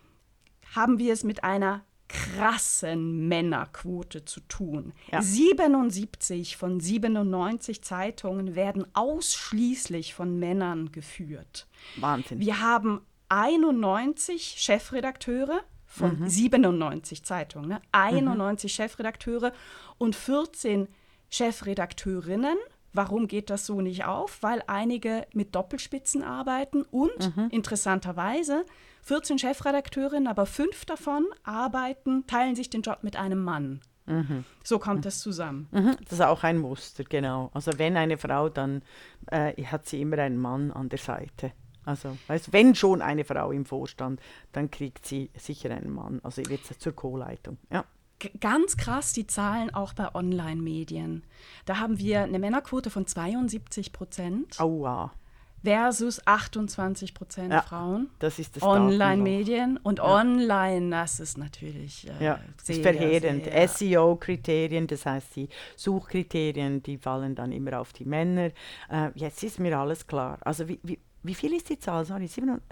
Haben wir es mit einer krassen Männerquote zu tun. Ja. siebenundsiebzig von siebenundneunzig Zeitungen werden ausschließlich von Männern geführt. Wahnsinn. Wir haben einundneunzig Chefredakteure von mhm. siebenundneunzig Zeitungen, ne? einundneunzig mhm. Chefredakteure und vierzehn Chefredakteurinnen. Warum geht das so nicht auf? Weil einige mit Doppelspitzen arbeiten und mhm. interessanterweise vierzehn Chefredakteurinnen, aber fünf davon arbeiten, teilen sich den Job mit einem Mann. Mhm. So kommt mhm. das zusammen. Mhm. Das ist auch ein Muster, genau. Also wenn eine Frau, dann äh, hat sie immer einen Mann an der Seite. Also weißt, wenn schon eine Frau im Vorstand, dann kriegt sie sicher einen Mann. Also jetzt zur Co-Leitung, ja. Ganz krass die Zahlen auch bei Online-Medien. Da haben wir eine Männerquote von zweiundsiebzig Prozent Aua. versus achtundzwanzig Prozent ja, Frauen. Das ist das Online-Medien und ja. Online, das ist natürlich äh, ja, sehr, ist verheerend. sehr, S E O-Kriterien, das heißt die Suchkriterien, die fallen dann immer auf die Männer. Äh, jetzt ist mir alles klar. Also wie, wie Wie viel ist die Zahl? Sorry,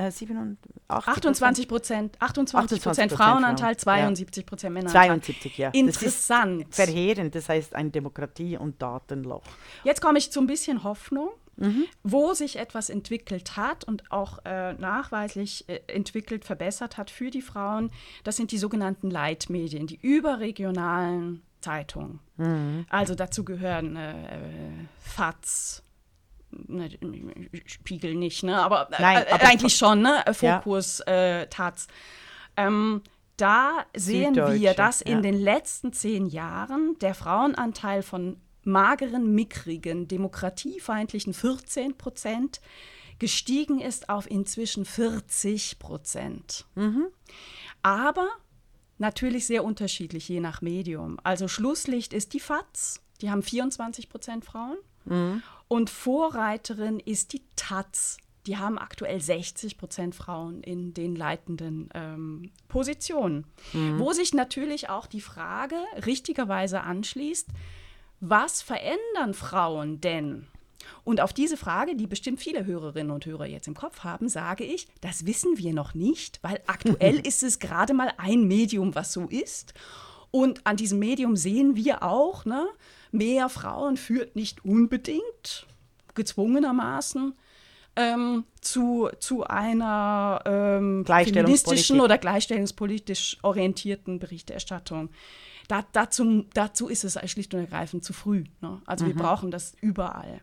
achtundzwanzig Prozent. achtundzwanzig Prozent Frauenanteil, Frauen. zweiundsiebzig Prozent Männeranteil. zweiundsiebzig, ja. Interessant. Das ist verheerend, das heißt ein Demokratie- und Datenloch. Jetzt komme ich zu ein bisschen Hoffnung, mhm. wo sich etwas entwickelt hat und auch äh, nachweislich äh, entwickelt, verbessert hat für die Frauen. Das sind die sogenannten Leitmedien, die überregionalen Zeitungen. Mhm. Also dazu gehören äh, F A Z, Ne, Spiegel nicht, ne? aber, Nein, äh, aber eigentlich schon, ne? Fokus, ja. äh, Taz. Ähm, da sehen wir, dass in ja. den letzten zehn Jahren der Frauenanteil von mageren, mickrigen, demokratiefeindlichen vierzehn Prozent gestiegen ist auf inzwischen vierzig Prozent. Mhm. Aber natürlich sehr unterschiedlich, je nach Medium. Also Schlusslicht ist die F A Z, die haben vierundzwanzig Prozent Frauen. Mhm. Und Vorreiterin ist die Taz. Die haben aktuell sechzig Prozent Frauen in den leitenden ähm, Positionen. Mhm. Wo sich natürlich auch die Frage richtigerweise anschließt, was verändern Frauen denn? Und auf diese Frage, die bestimmt viele Hörerinnen und Hörer jetzt im Kopf haben, sage ich, das wissen wir noch nicht, weil aktuell ist es gerade mal ein Medium, was so ist. Und an diesem Medium sehen wir auch, ne, mehr Frauen führt nicht unbedingt, gezwungenermaßen, ähm, zu, zu einer ähm, feministischen oder gleichstellungspolitisch orientierten Berichterstattung. Da, dazu, dazu ist es schlicht und ergreifend zu früh. Ne? Also mhm. wir brauchen das überall.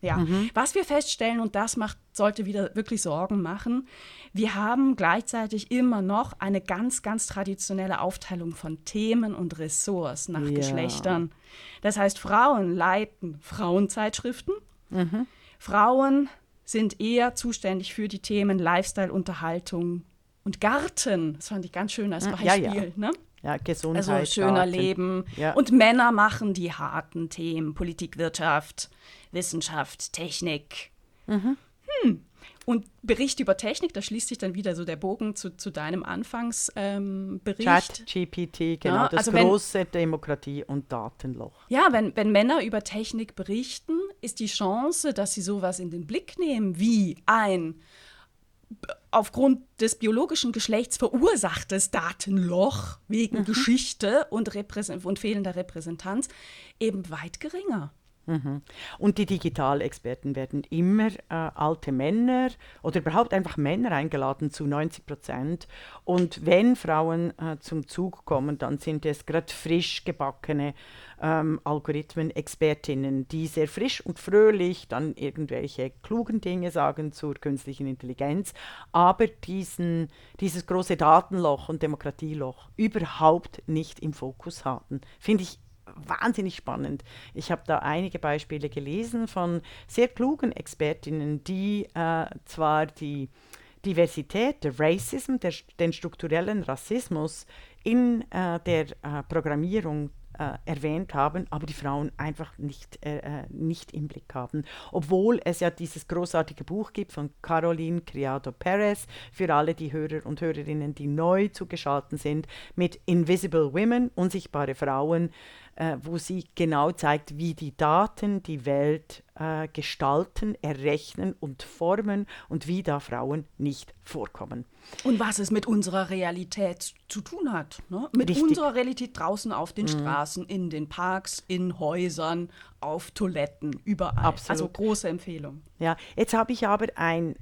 Ja. Mhm. Was wir feststellen, und das macht, sollte wieder wirklich Sorgen machen, wir haben gleichzeitig immer noch eine ganz, ganz traditionelle Aufteilung von Themen und Ressorts nach ja. Geschlechtern. Das heißt, Frauen leiten Frauenzeitschriften, mhm. Frauen sind eher zuständig für die Themen Lifestyle, Unterhaltung und Garten. Das fand ich ganz schön als Beispiel. Ja, ja. Ne? Ja, Gesundheit, also schöner Garten. Leben. Ja. Und Männer machen die harten Themen, Politik, Wirtschaft, Wissenschaft, Technik. Mhm. Hm. Und Bericht über Technik, da schließt sich dann wieder so der Bogen zu, zu deinem Anfangsbericht. Ähm, ChatGPT, genau, ja, das also große wenn, Demokratie- und Datenloch. Ja, wenn, wenn Männer über Technik berichten, ist die Chance, dass sie sowas in den Blick nehmen, wie ein aufgrund des biologischen Geschlechts verursachtes Datenloch wegen mhm. Geschichte und, Repräsent- und fehlender Repräsentanz eben weit geringer. Mhm. Und die Digitalexperten werden immer äh, alte Männer oder überhaupt einfach Männer eingeladen zu neunzig Prozent. Und wenn Frauen äh, zum Zug kommen, dann sind es gerade frisch gebackene ähm, Algorithmen-Expertinnen, die sehr frisch und fröhlich dann irgendwelche klugen Dinge sagen zur künstlichen Intelligenz, aber diesen, dieses große Datenloch und Demokratieloch überhaupt nicht im Fokus haben. Finde ich wahnsinnig spannend. Ich habe da einige Beispiele gelesen von sehr klugen Expertinnen, die äh, zwar die Diversität, der Racism, der, den strukturellen Rassismus in äh, der äh, Programmierung äh, erwähnt haben, aber die Frauen einfach nicht, äh, nicht im Blick haben. Obwohl es ja dieses großartige Buch gibt von Caroline Criado Perez, für alle die Hörer und Hörerinnen, die neu zugeschaltet sind, mit Invisible Women, unsichtbare Frauen, Äh, wo sie genau zeigt, wie die Daten die Welt äh, gestalten, errechnen und formen und wie da Frauen nicht vorkommen. Und was es mit unserer Realität zu tun hat. Ne? Mit Richtig. unserer Realität draußen auf den mhm. Straßen, in den Parks, in Häusern, auf Toiletten, überall. Absolut. Also große Empfehlung. Ja, jetzt habe ich aber ein,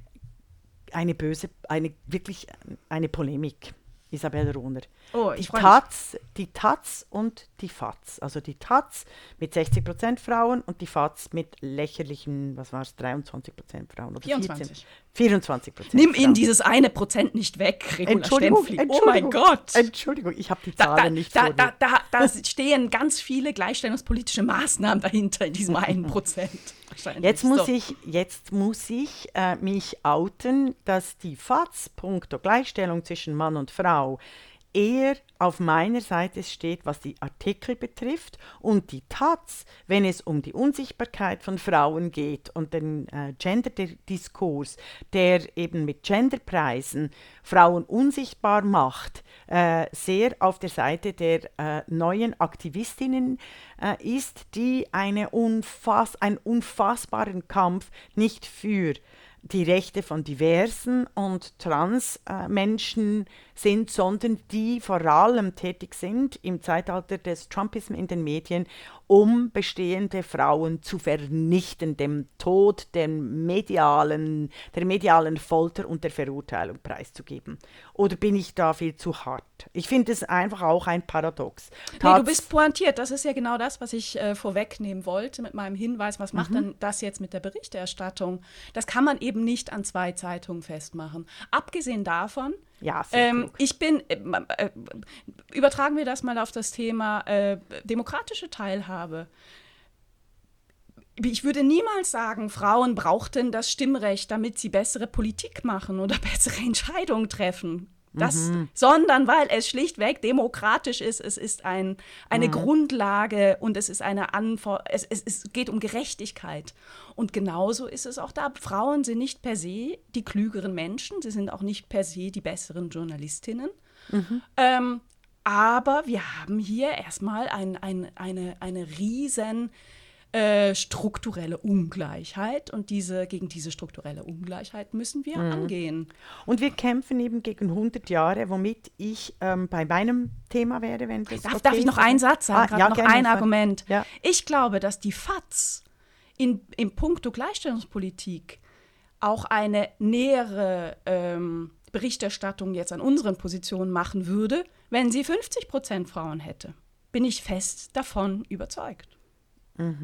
eine böse, eine wirklich eine Polemik. Isabel Rohner. Oh, ich die Taz, die Taz und die Faz. Also die Taz mit sechzig Prozent Frauen und die Faz mit lächerlichen, was war es, dreiundzwanzig Prozent Frauen. Oder vierundzwanzig. vierundzwanzig Prozent. Nimm Ihnen dieses eine Prozent nicht weg, Regula Entschuldigung, Stempfli. Oh mein Gott. Entschuldigung, ich habe die Zahlen da, da, nicht da, vor da, da, da stehen ganz viele gleichstellungspolitische Maßnahmen dahinter in diesem einen Prozent. Jetzt muss so. ich, jetzt muss ich äh, mich outen, dass die Faz, punkto Gleichstellung zwischen Mann und Frau, eher auf meiner Seite steht, was die Artikel betrifft, und die Taz, wenn es um die Unsichtbarkeit von Frauen geht und den äh, Gender-Diskurs, der eben mit Genderpreisen Frauen unsichtbar macht, äh, sehr auf der Seite der äh, neuen Aktivistinnen äh, ist, die eine unfass- einen unfassbaren Kampf nicht für die Rechte von diversen und trans äh, Menschen sind, sondern die vor allem tätig sind im Zeitalter des Trumpismus in den Medien, um bestehende Frauen zu vernichten, dem Tod, dem medialen, der medialen Folter und der Verurteilung preiszugeben. Oder bin ich da viel zu hart? Ich finde es einfach auch ein Paradox. Nee, du bist pointiert. Das ist ja genau das, was ich äh, vorwegnehmen wollte mit meinem Hinweis. Was macht mhm. denn das jetzt mit der Berichterstattung? Das kann man eben nicht an zwei Zeitungen festmachen. Abgesehen davon, ja, ähm, ich bin, äh, äh, übertragen wir das mal auf das Thema äh, demokratische Teilhabe. Ich würde niemals sagen, Frauen brauchten das Stimmrecht, damit sie bessere Politik machen oder bessere Entscheidungen treffen. Das, mhm. sondern weil es schlichtweg demokratisch ist, es ist ein, eine mhm. Grundlage und es ist eine Anfor- es, es, es geht um Gerechtigkeit. Und genauso ist es auch da. Frauen sind nicht per se die klügeren Menschen, sie sind auch nicht per se die besseren Journalistinnen. Mhm. Ähm, aber wir haben hier erstmal ein, ein, eine, eine riesen Äh, strukturelle Ungleichheit, und diese, gegen diese strukturelle Ungleichheit müssen wir mhm. angehen. Und wir kämpfen eben gegen hundert Jahre, womit ich ähm, bei meinem Thema wäre, wenn das Darf, okay darf ich noch einen Satz sagen? Ah, ja, noch gerne, ein Argument. Ja. Ich glaube, dass die Faz in, in puncto Gleichstellungspolitik auch eine nähere ähm, Berichterstattung jetzt an unseren Positionen machen würde, wenn sie fünfzig Prozent Frauen hätte. Bin ich fest davon überzeugt. Mhm,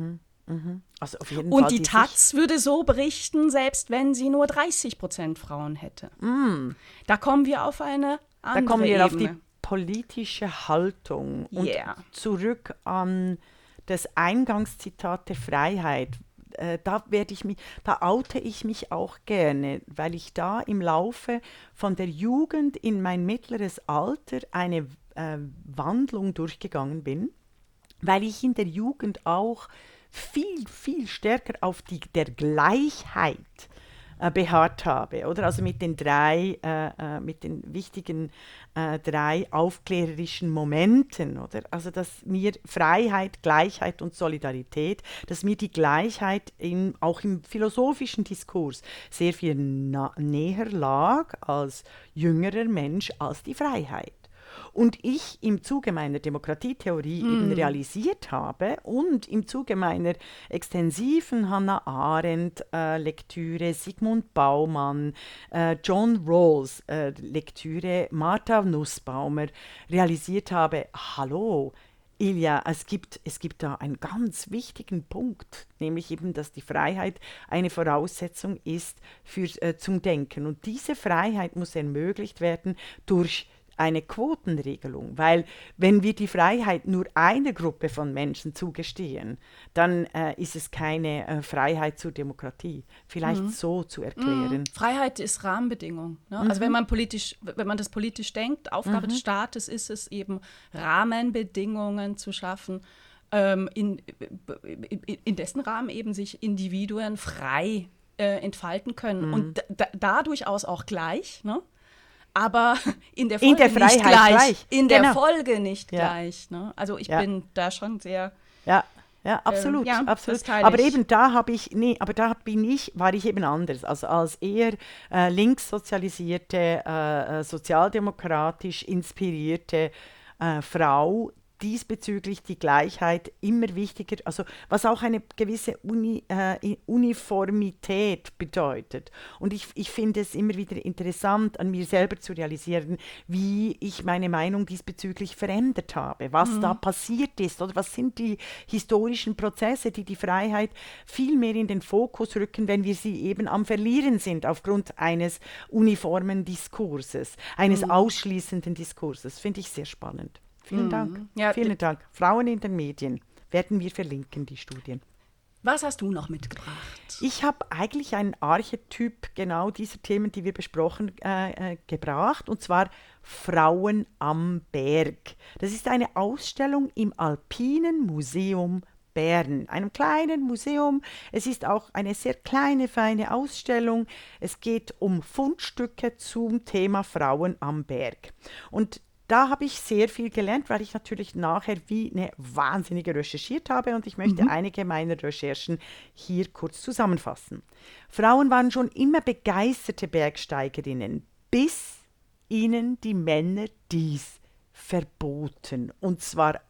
Mhm. Also auf jeden Und Fall die Taz würde so berichten, selbst wenn sie nur dreißig Prozent Frauen hätte. Mm. Da kommen wir auf eine andere Da kommen wir Ebene. auf die politische Haltung. Yeah. Und zurück an das Eingangszitat der Freiheit. Äh, da werde ich mich, da oute ich mich auch gerne, weil ich da im Laufe von der Jugend in mein mittleres Alter eine äh, Wandlung durchgegangen bin, weil ich in der Jugend auch viel, viel stärker auf die, der Gleichheit äh, beharrt habe, oder? Also mit den drei, äh, äh, mit den wichtigen äh, drei aufklärerischen Momenten, oder? Also dass mir Freiheit, Gleichheit und Solidarität, dass mir die Gleichheit in, auch im philosophischen Diskurs sehr viel na- näher lag als jüngerer Mensch als die Freiheit. Und ich im Zuge meiner Demokratietheorie mm. eben realisiert habe und im Zuge meiner extensiven Hannah Arendt äh, Lektüre, Sigmund Baumann, äh, John Rawls äh, Lektüre, Martha Nussbaumer realisiert habe, hallo, Ilja, es gibt, es gibt da einen ganz wichtigen Punkt, nämlich eben, dass die Freiheit eine Voraussetzung ist für, äh, zum Denken. Und diese Freiheit muss ermöglicht werden durch eine Quotenregelung, weil wenn wir die Freiheit nur einer Gruppe von Menschen zugestehen, dann äh, ist es keine äh, Freiheit zur Demokratie. Vielleicht mhm. so zu erklären. Mhm. Freiheit ist Rahmenbedingung. Ne? Mhm. Also wenn man politisch, wenn man das politisch denkt, Aufgabe mhm. des Staates ist es eben, Rahmenbedingungen zu schaffen, ähm, in, in, in dessen Rahmen eben sich Individuen frei äh, entfalten können mhm. und da, da durchaus auch gleich, ne? Aber in der Folge in der Freiheit nicht gleich. gleich. In der genau. Folge nicht ja. gleich. Ne? Also ich ja. bin da schon sehr... Ja, ja absolut. Ähm, ja, absolut. das aber ich. eben da habe ich, nee, aber da bin ich, war ich eben anders. Also als eher äh, links sozialisierte, äh, sozialdemokratisch inspirierte äh, Frau, diesbezüglich die Gleichheit immer wichtiger, also was auch eine gewisse Uni, äh, Uniformität bedeutet. Und ich, ich finde es immer wieder interessant, an mir selber zu realisieren, wie ich meine Meinung diesbezüglich verändert habe, was mhm. da passiert ist oder was sind die historischen Prozesse, die die Freiheit viel mehr in den Fokus rücken, wenn wir sie eben am Verlieren sind aufgrund eines uniformen Diskurses, eines mhm. ausschließenden Diskurses. Finde ich sehr spannend. Vielen mhm. Dank. Ja, Vielen Dank. Frauen in den Medien. Werden wir verlinken, die Studien. Was hast du noch mitgebracht? Ich habe eigentlich einen Archetyp genau dieser Themen, die wir besprochen, äh, äh, gebracht, und zwar Frauen am Berg. Das ist eine Ausstellung im Alpinen Museum Bern, einem kleinen Museum. Es ist auch eine sehr kleine, feine Ausstellung. Es geht um Fundstücke zum Thema Frauen am Berg. Und da habe ich sehr viel gelernt, weil ich natürlich nachher wie eine Wahnsinnige recherchiert habe und ich möchte mhm. einige meiner Recherchen hier kurz zusammenfassen. Frauen waren schon immer begeisterte Bergsteigerinnen, bis ihnen die Männer dies verboten, und zwar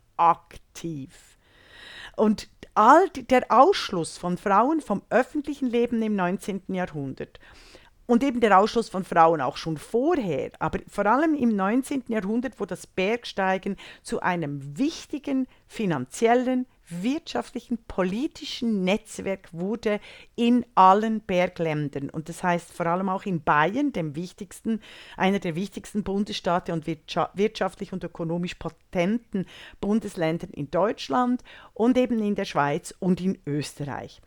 aktiv. Und all der Ausschluss von Frauen vom öffentlichen Leben im neunzehnten Jahrhundert und eben der Ausschluss von Frauen auch schon vorher, aber vor allem im neunzehnten Jahrhundert, wo das Bergsteigen zu einem wichtigen finanziellen, wirtschaftlichen, politischen Netzwerk wurde in allen Bergländern. Und das heißt vor allem auch in Bayern, dem wichtigsten, einer der wichtigsten Bundesstaaten und wirtschaftlich und ökonomisch potenten Bundesländern in Deutschland und eben in der Schweiz und in Österreich.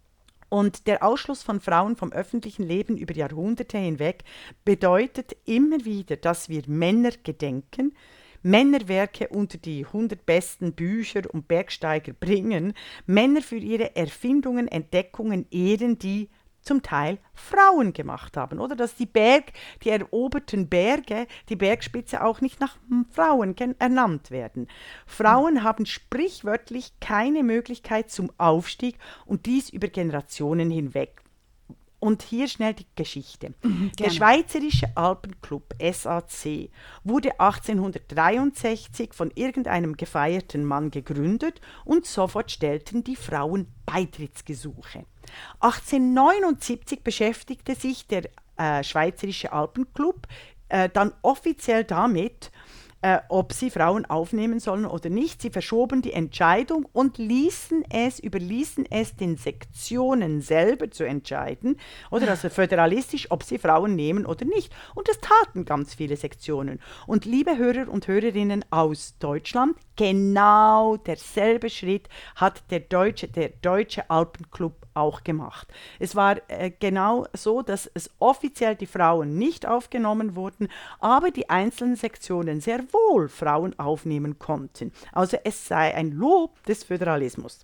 Und der Ausschluss von Frauen vom öffentlichen Leben über Jahrhunderte hinweg bedeutet immer wieder, dass wir Männer gedenken, Männerwerke unter die hundert besten Bücher und Bergsteiger bringen, Männer für ihre Erfindungen, Entdeckungen ehren, die zum Teil Frauen gemacht haben, oder dass die Berg, die eroberten Berge, die Bergspitze auch nicht nach Frauen ernannt werden. Frauen mhm. haben sprichwörtlich keine Möglichkeit zum Aufstieg und dies über Generationen hinweg. Und hier schnell die Geschichte. Mhm, der Schweizerische Alpenclub S A C wurde achtzehnhundertdreiundsechzig von irgendeinem gefeierten Mann gegründet und sofort stellten die Frauen Beitrittsgesuche. achtzehnhundertneunundsiebzig beschäftigte sich der äh, Schweizerische Alpenclub äh, dann offiziell damit, äh, ob sie Frauen aufnehmen sollen oder nicht. Sie verschoben die Entscheidung und ließen es, überließen es den Sektionen selber zu entscheiden, oder also föderalistisch, ob sie Frauen nehmen oder nicht. Und das taten ganz viele Sektionen. Und liebe Hörer und Hörerinnen aus Deutschland, genau derselbe Schritt hat der deutsche, der Deutsche Alpenclub auch gemacht. Es war äh, genau so, dass es offiziell die Frauen nicht aufgenommen wurden, aber die einzelnen Sektionen sehr wohl Frauen aufnehmen konnten. Also es sei ein Lob des Föderalismus.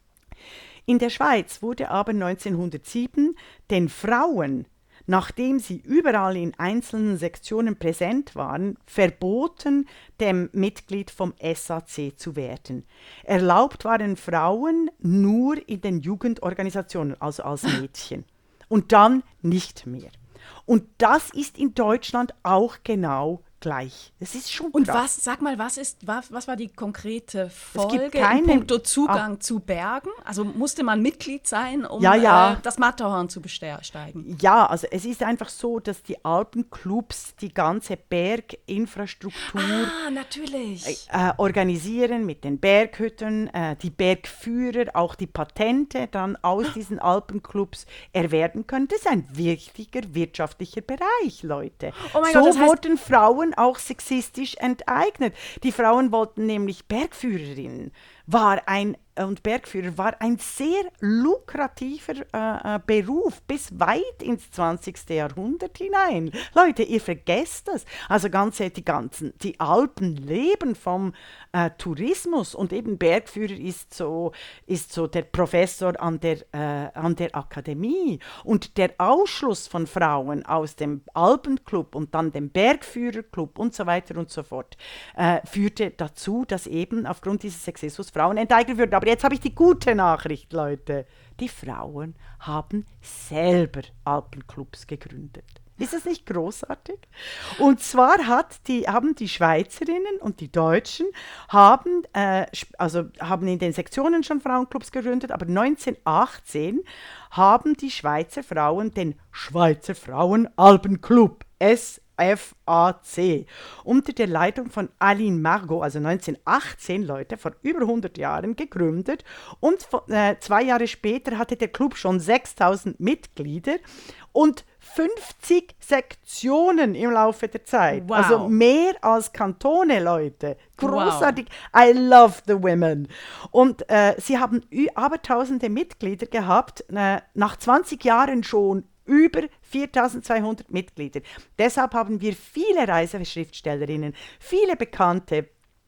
In der Schweiz wurde aber neunzehnhundertsieben den Frauen, nachdem sie überall in einzelnen Sektionen präsent waren, verboten, dem Mitglied vom S A C zu werden. Erlaubt waren Frauen nur in den Jugendorganisationen, also als Mädchen. Und dann nicht mehr. Und das ist in Deutschland auch genau gleich. Das ist schon Und krass. was, sag mal, was ist, was, was war die konkrete Folge Es gibt keine, in puncto Zugang ah, zu Bergen? Also musste man Mitglied sein, um ja, ja. Äh, das Matterhorn zu besteigen? Ja, also es ist einfach so, dass die Alpenclubs die ganze Berginfrastruktur ah, natürlich. Äh, organisieren mit den Berghütten, äh, die Bergführer, auch die Patente dann aus diesen Alpenclubs erwerben können. Das ist ein wichtiger wirtschaftlicher Bereich, Leute. Oh mein so Gott, das heißt, wurden Frauen auch sexistisch enteignet. Die Frauen wollten nämlich Bergführerinnen. War ein und Bergführer war ein sehr lukrativer äh, Beruf bis weit ins zwanzigste Jahrhundert hinein. Leute, ihr vergesst das. Also ganze, die ganzen, die Alpen leben vom äh, Tourismus und eben Bergführer ist so, ist so der Professor an der, äh, an der Akademie. Und der Ausschluss von Frauen aus dem Alpenclub und dann dem Bergführerclub und so weiter und so fort äh, führte dazu, dass eben aufgrund dieses Sexismus Frauen enteignet würden. Aber jetzt habe ich die gute Nachricht, Leute. Die Frauen haben selber Alpenclubs gegründet. Ist das nicht großartig? Und zwar hat die, haben die Schweizerinnen und die Deutschen haben, äh, also haben in den Sektionen schon Frauenclubs gegründet, aber neunzehnhundertachtzehn haben die Schweizer Frauen den Schweizer Frauen-Alpenclub, S F A C, unter der Leitung von Aline Margot, also neunzehnhundertachtzehn, Leute, vor über hundert Jahren gegründet. Und äh, zwei Jahre später hatte der Club schon sechstausend Mitglieder und fünfzig Sektionen im Laufe der Zeit. Wow. Also mehr als Kantone, Leute. Großartig. Wow. I love the women. Und äh, sie haben abertausende Mitglieder gehabt, äh, nach zwanzig Jahren schon über viertausendzweihundert Mitglieder. Deshalb haben wir viele Reiseschriftstellerinnen, viele bekannte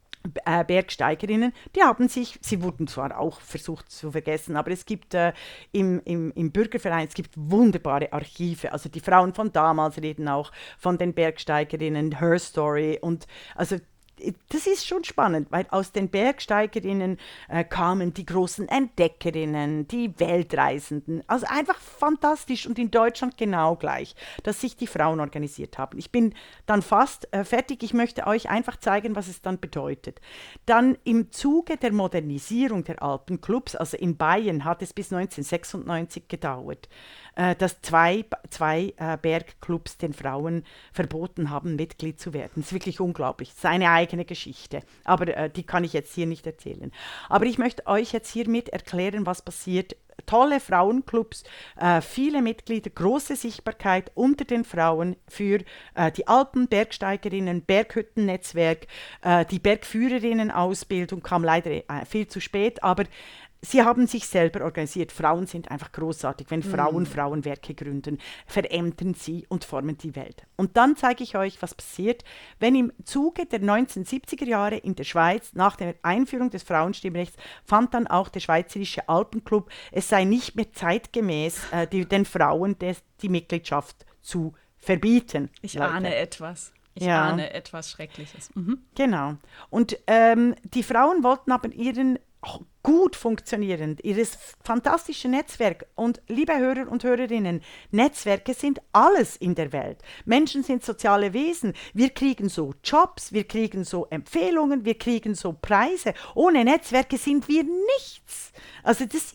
äh, Bergsteigerinnen, die haben sich, sie wurden zwar auch versucht zu vergessen, aber es gibt äh, im, im, im Bürgerverein, es gibt wunderbare Archive, also die Frauen von damals reden auch von den Bergsteigerinnen, Her Story und also das ist schon spannend, weil aus den Bergsteigerinnen äh, kamen die großen Entdeckerinnen, die Weltreisenden. Also einfach fantastisch und in Deutschland genau gleich, dass sich die Frauen organisiert haben. Ich bin dann fast äh, fertig. Ich möchte euch einfach zeigen, was es dann bedeutet. Dann im Zuge der Modernisierung der Alpenclubs, also in Bayern hat es bis neunzehnhundertsechsundneunzig gedauert, äh, dass zwei, zwei äh, Bergclubs den Frauen verboten haben, Mitglied zu werden. Das ist wirklich unglaublich. Das ist eine eigene Geschichte, aber äh, die kann ich jetzt hier nicht erzählen. Aber ich möchte euch jetzt hiermit erklären, was passiert. Tolle Frauenclubs, äh, viele Mitglieder, große Sichtbarkeit unter den Frauen für äh, die Alpen, Bergsteigerinnen, Berghüttennetzwerk, äh, die Bergführerinnen-Ausbildung kam leider äh, viel zu spät, aber sie haben sich selber organisiert. Frauen sind einfach großartig. Wenn Frauen mm. Frauenwerke gründen, verändern sie und formen die Welt. Und dann zeige ich euch, was passiert, wenn im Zuge der neunzehnhundertsiebziger Jahre in der Schweiz, nach der Einführung des Frauenstimmrechts, fand dann auch der Schweizerische Alpenclub, es sei nicht mehr zeitgemäß, äh, die, den Frauen des, die Mitgliedschaft zu verbieten. Ich Leute. ahne etwas. Ich ja. ahne etwas Schreckliches. Mhm. Genau. Und ähm, die Frauen wollten aber ihren gut funktionierend, ihres fantastische Netzwerk. Und liebe Hörer und Hörerinnen, Netzwerke sind alles in der Welt. Menschen sind soziale Wesen. Wir kriegen so Jobs, wir kriegen so Empfehlungen, wir kriegen so Preise. Ohne Netzwerke sind wir nichts. Also das ist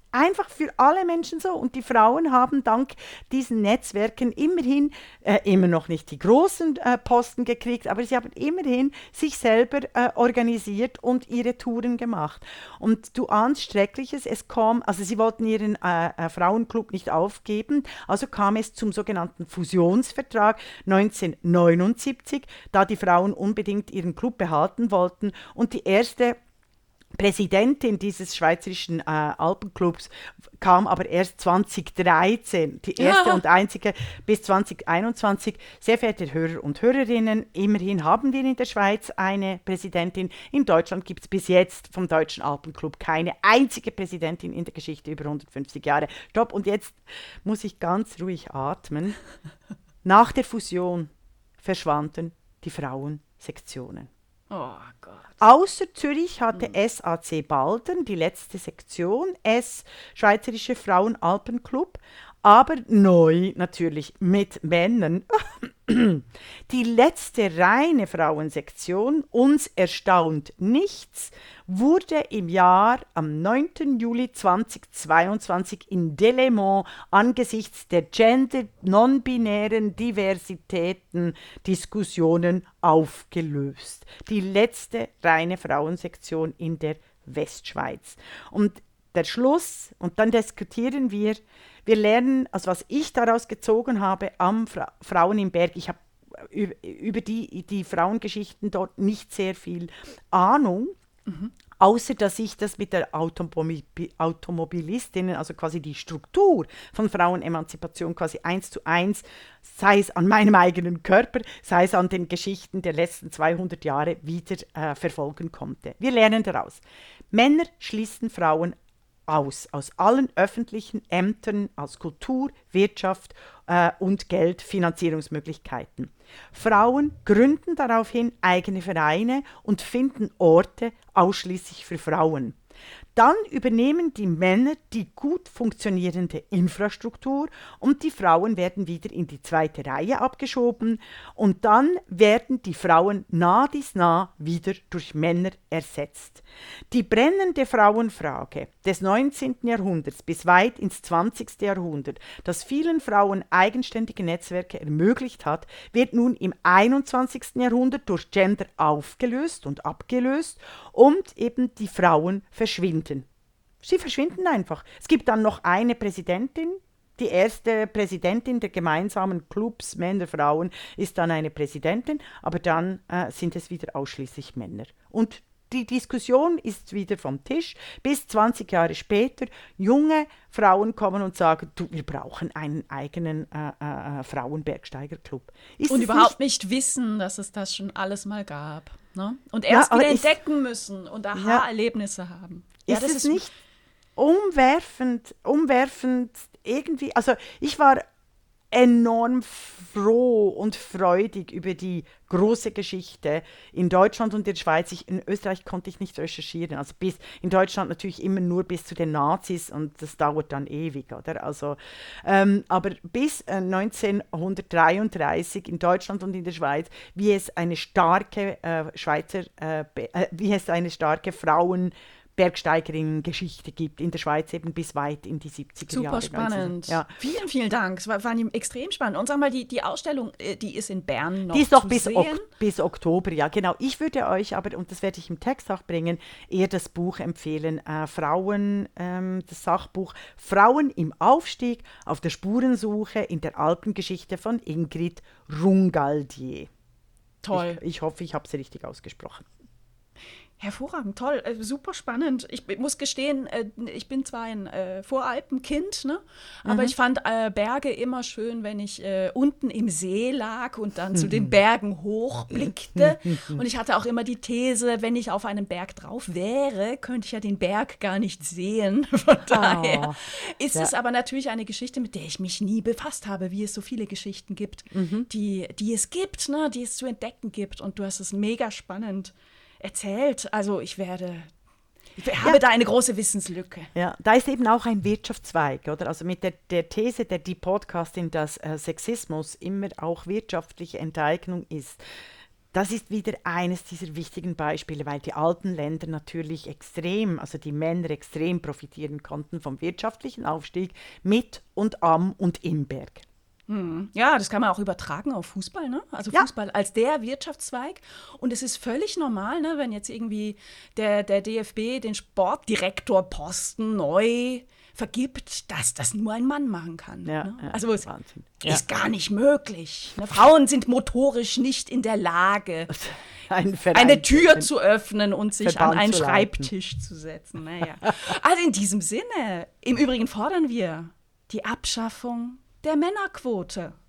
einfach für alle Menschen so. Und die Frauen haben dank diesen Netzwerken immerhin, äh, immer noch nicht die großen äh, Posten gekriegt, aber sie haben immerhin sich selber äh, organisiert und ihre Touren gemacht. Und du ahnst Schreckliches, es kam, also sie wollten ihren äh, äh, Frauenclub nicht aufgeben, also kam es zum sogenannten Fusionsvertrag neunzehnhundertneunundsiebzig, da die Frauen unbedingt ihren Club behalten wollten und die erste Präsidentin dieses schweizerischen äh, Alpenclubs kam aber erst zwanzig dreizehn, die erste ja. und einzige bis zwanzig einundzwanzig. Sehr verehrte Hörer und Hörerinnen, immerhin haben wir in der Schweiz eine Präsidentin. In Deutschland gibt es bis jetzt vom Deutschen Alpenclub keine einzige Präsidentin in der Geschichte über hundertfünfzig Jahre. Stopp, und jetzt muss ich ganz ruhig atmen. Nach der Fusion verschwanden die Frauensektionen. Oh Gott. Außer Zürich hatte S A C Baldern die letzte Sektion, S Schweizerische Frauen-Alpenclub, aber neu natürlich mit Männern. Die letzte reine Frauensektion, uns erstaunt nichts, wurde im Jahr am neunten Juli zweitausendzweiundzwanzig in Delémont angesichts der gender-non-binären Diversitäten Diskussionen aufgelöst. Die letzte reine Frauensektion in der Westschweiz. Und der Schluss, und dann diskutieren wir, wir lernen, also was ich daraus gezogen habe am Fra- Frauen im Berg, ich habe über die, die Frauengeschichten dort nicht sehr viel Ahnung, mhm. außer dass ich das mit der Automobil- Automobilistinnen, also quasi die Struktur von Frauenemanzipation quasi eins zu eins, sei es an meinem eigenen Körper, sei es an den Geschichten der letzten zweihundert Jahre wieder äh, verfolgen konnte. Wir lernen daraus. Männer schließen Frauen aus, aus allen öffentlichen Ämtern als Kultur, Wirtschaft äh, und Geldfinanzierungsmöglichkeiten. Frauen gründen daraufhin eigene Vereine und finden Orte ausschließlich für Frauen. Dann übernehmen die Männer die gut funktionierende Infrastruktur und die Frauen werden wieder in die zweite Reihe abgeschoben und dann werden die Frauen nah dies nah wieder durch Männer ersetzt. Die brennende Frauenfrage des neunzehnten Jahrhunderts bis weit ins zwanzigste Jahrhundert, das vielen Frauen eigenständige Netzwerke ermöglicht hat, wird nun im einundzwanzigsten Jahrhundert durch Gender aufgelöst und abgelöst und eben die Frauen verschwinden. Sie verschwinden einfach. Es gibt dann noch eine Präsidentin. Die erste Präsidentin der gemeinsamen Clubs Männer, Frauen ist dann eine Präsidentin, aber dann äh, sind es wieder ausschließlich Männer. Und die Diskussion ist wieder vom Tisch, bis zwanzig Jahre später junge Frauen kommen und sagen, du, wir brauchen einen eigenen äh, äh, Frauenbergsteigerclub. Ist und überhaupt nicht, nicht wissen, dass es das schon alles mal gab. Ne? Und erst ja, wieder ist, entdecken müssen und Aha-Erlebnisse ja, haben. Ja, ist das es ist nicht umwerfend, umwerfend irgendwie, also ich war enorm froh und freudig über die große Geschichte in Deutschland und in der Schweiz. Ich, in Österreich konnte ich nicht recherchieren. Also bis in Deutschland natürlich immer nur bis zu den Nazis und das dauert dann ewig, oder? Also, ähm, aber bis äh, neunzehnhundertdreiunddreißig in Deutschland und in der Schweiz, wie es eine starke äh, Schweizer, äh, äh, wie es eine starke Frauen Bergsteigerinnen-Geschichte gibt, in der Schweiz eben bis weit in die siebziger Super Jahre. Super spannend. Ja. Vielen, vielen Dank. Es war, war extrem spannend. Und sag mal, die, die Ausstellung, die ist in Bern noch Die ist noch zu bis, sehen? ok- bis Oktober, ja genau. Ich würde euch aber, und das werde ich im Text auch bringen, eher das Buch empfehlen, äh, Frauen, ähm, das Sachbuch Frauen im Aufstieg auf der Spurensuche in der Alpengeschichte von Ingrid Rungaldier. Toll. Ich, ich hoffe, ich habe es richtig ausgesprochen. Hervorragend, toll, äh, super spannend. Ich muss gestehen, äh, ich bin zwar ein äh, Voralpenkind, ne? aber mhm. ich fand äh, Berge immer schön, wenn ich äh, unten im See lag und dann zu den Bergen hochblickte. Und ich hatte auch immer die These, wenn ich auf einem Berg drauf wäre, könnte ich ja den Berg gar nicht sehen. Von daher oh. ist ja. es aber natürlich eine Geschichte, mit der ich mich nie befasst habe, wie es so viele Geschichten gibt, mhm. die, die es gibt, ne? die es zu entdecken gibt. Und du hast es mega spannend erzählt. Also ich werde, ich habe ja. da eine große Wissenslücke. Ja, da ist eben auch ein Wirtschaftszweig, oder? Also mit der, der These der die Podcastin, dass äh, Sexismus immer auch wirtschaftliche Enteignung ist. das ist wieder eines dieser wichtigen Beispiele, weil die alten Länder natürlich extrem, also die Männer extrem profitieren konnten vom wirtschaftlichen Aufstieg mit und am und im Berg. Hm. Ja, das kann man auch übertragen auf Fußball, ne? Also ja. Fußball als der Wirtschaftszweig. Und es ist völlig normal, ne, wenn jetzt irgendwie der, der D F B den Sportdirektorposten neu vergibt, dass das nur ein Mann machen kann. Ja, ne? ja, also es Wahnsinn. ist Ja. gar nicht möglich. Ne? Frauen sind motorisch nicht in der Lage, ein eine Tür zu öffnen und sich Verband an einen zu Schreibtisch zu setzen. Naja. Also in diesem Sinne, im Übrigen fordern wir die Abschaffung der Männerquote.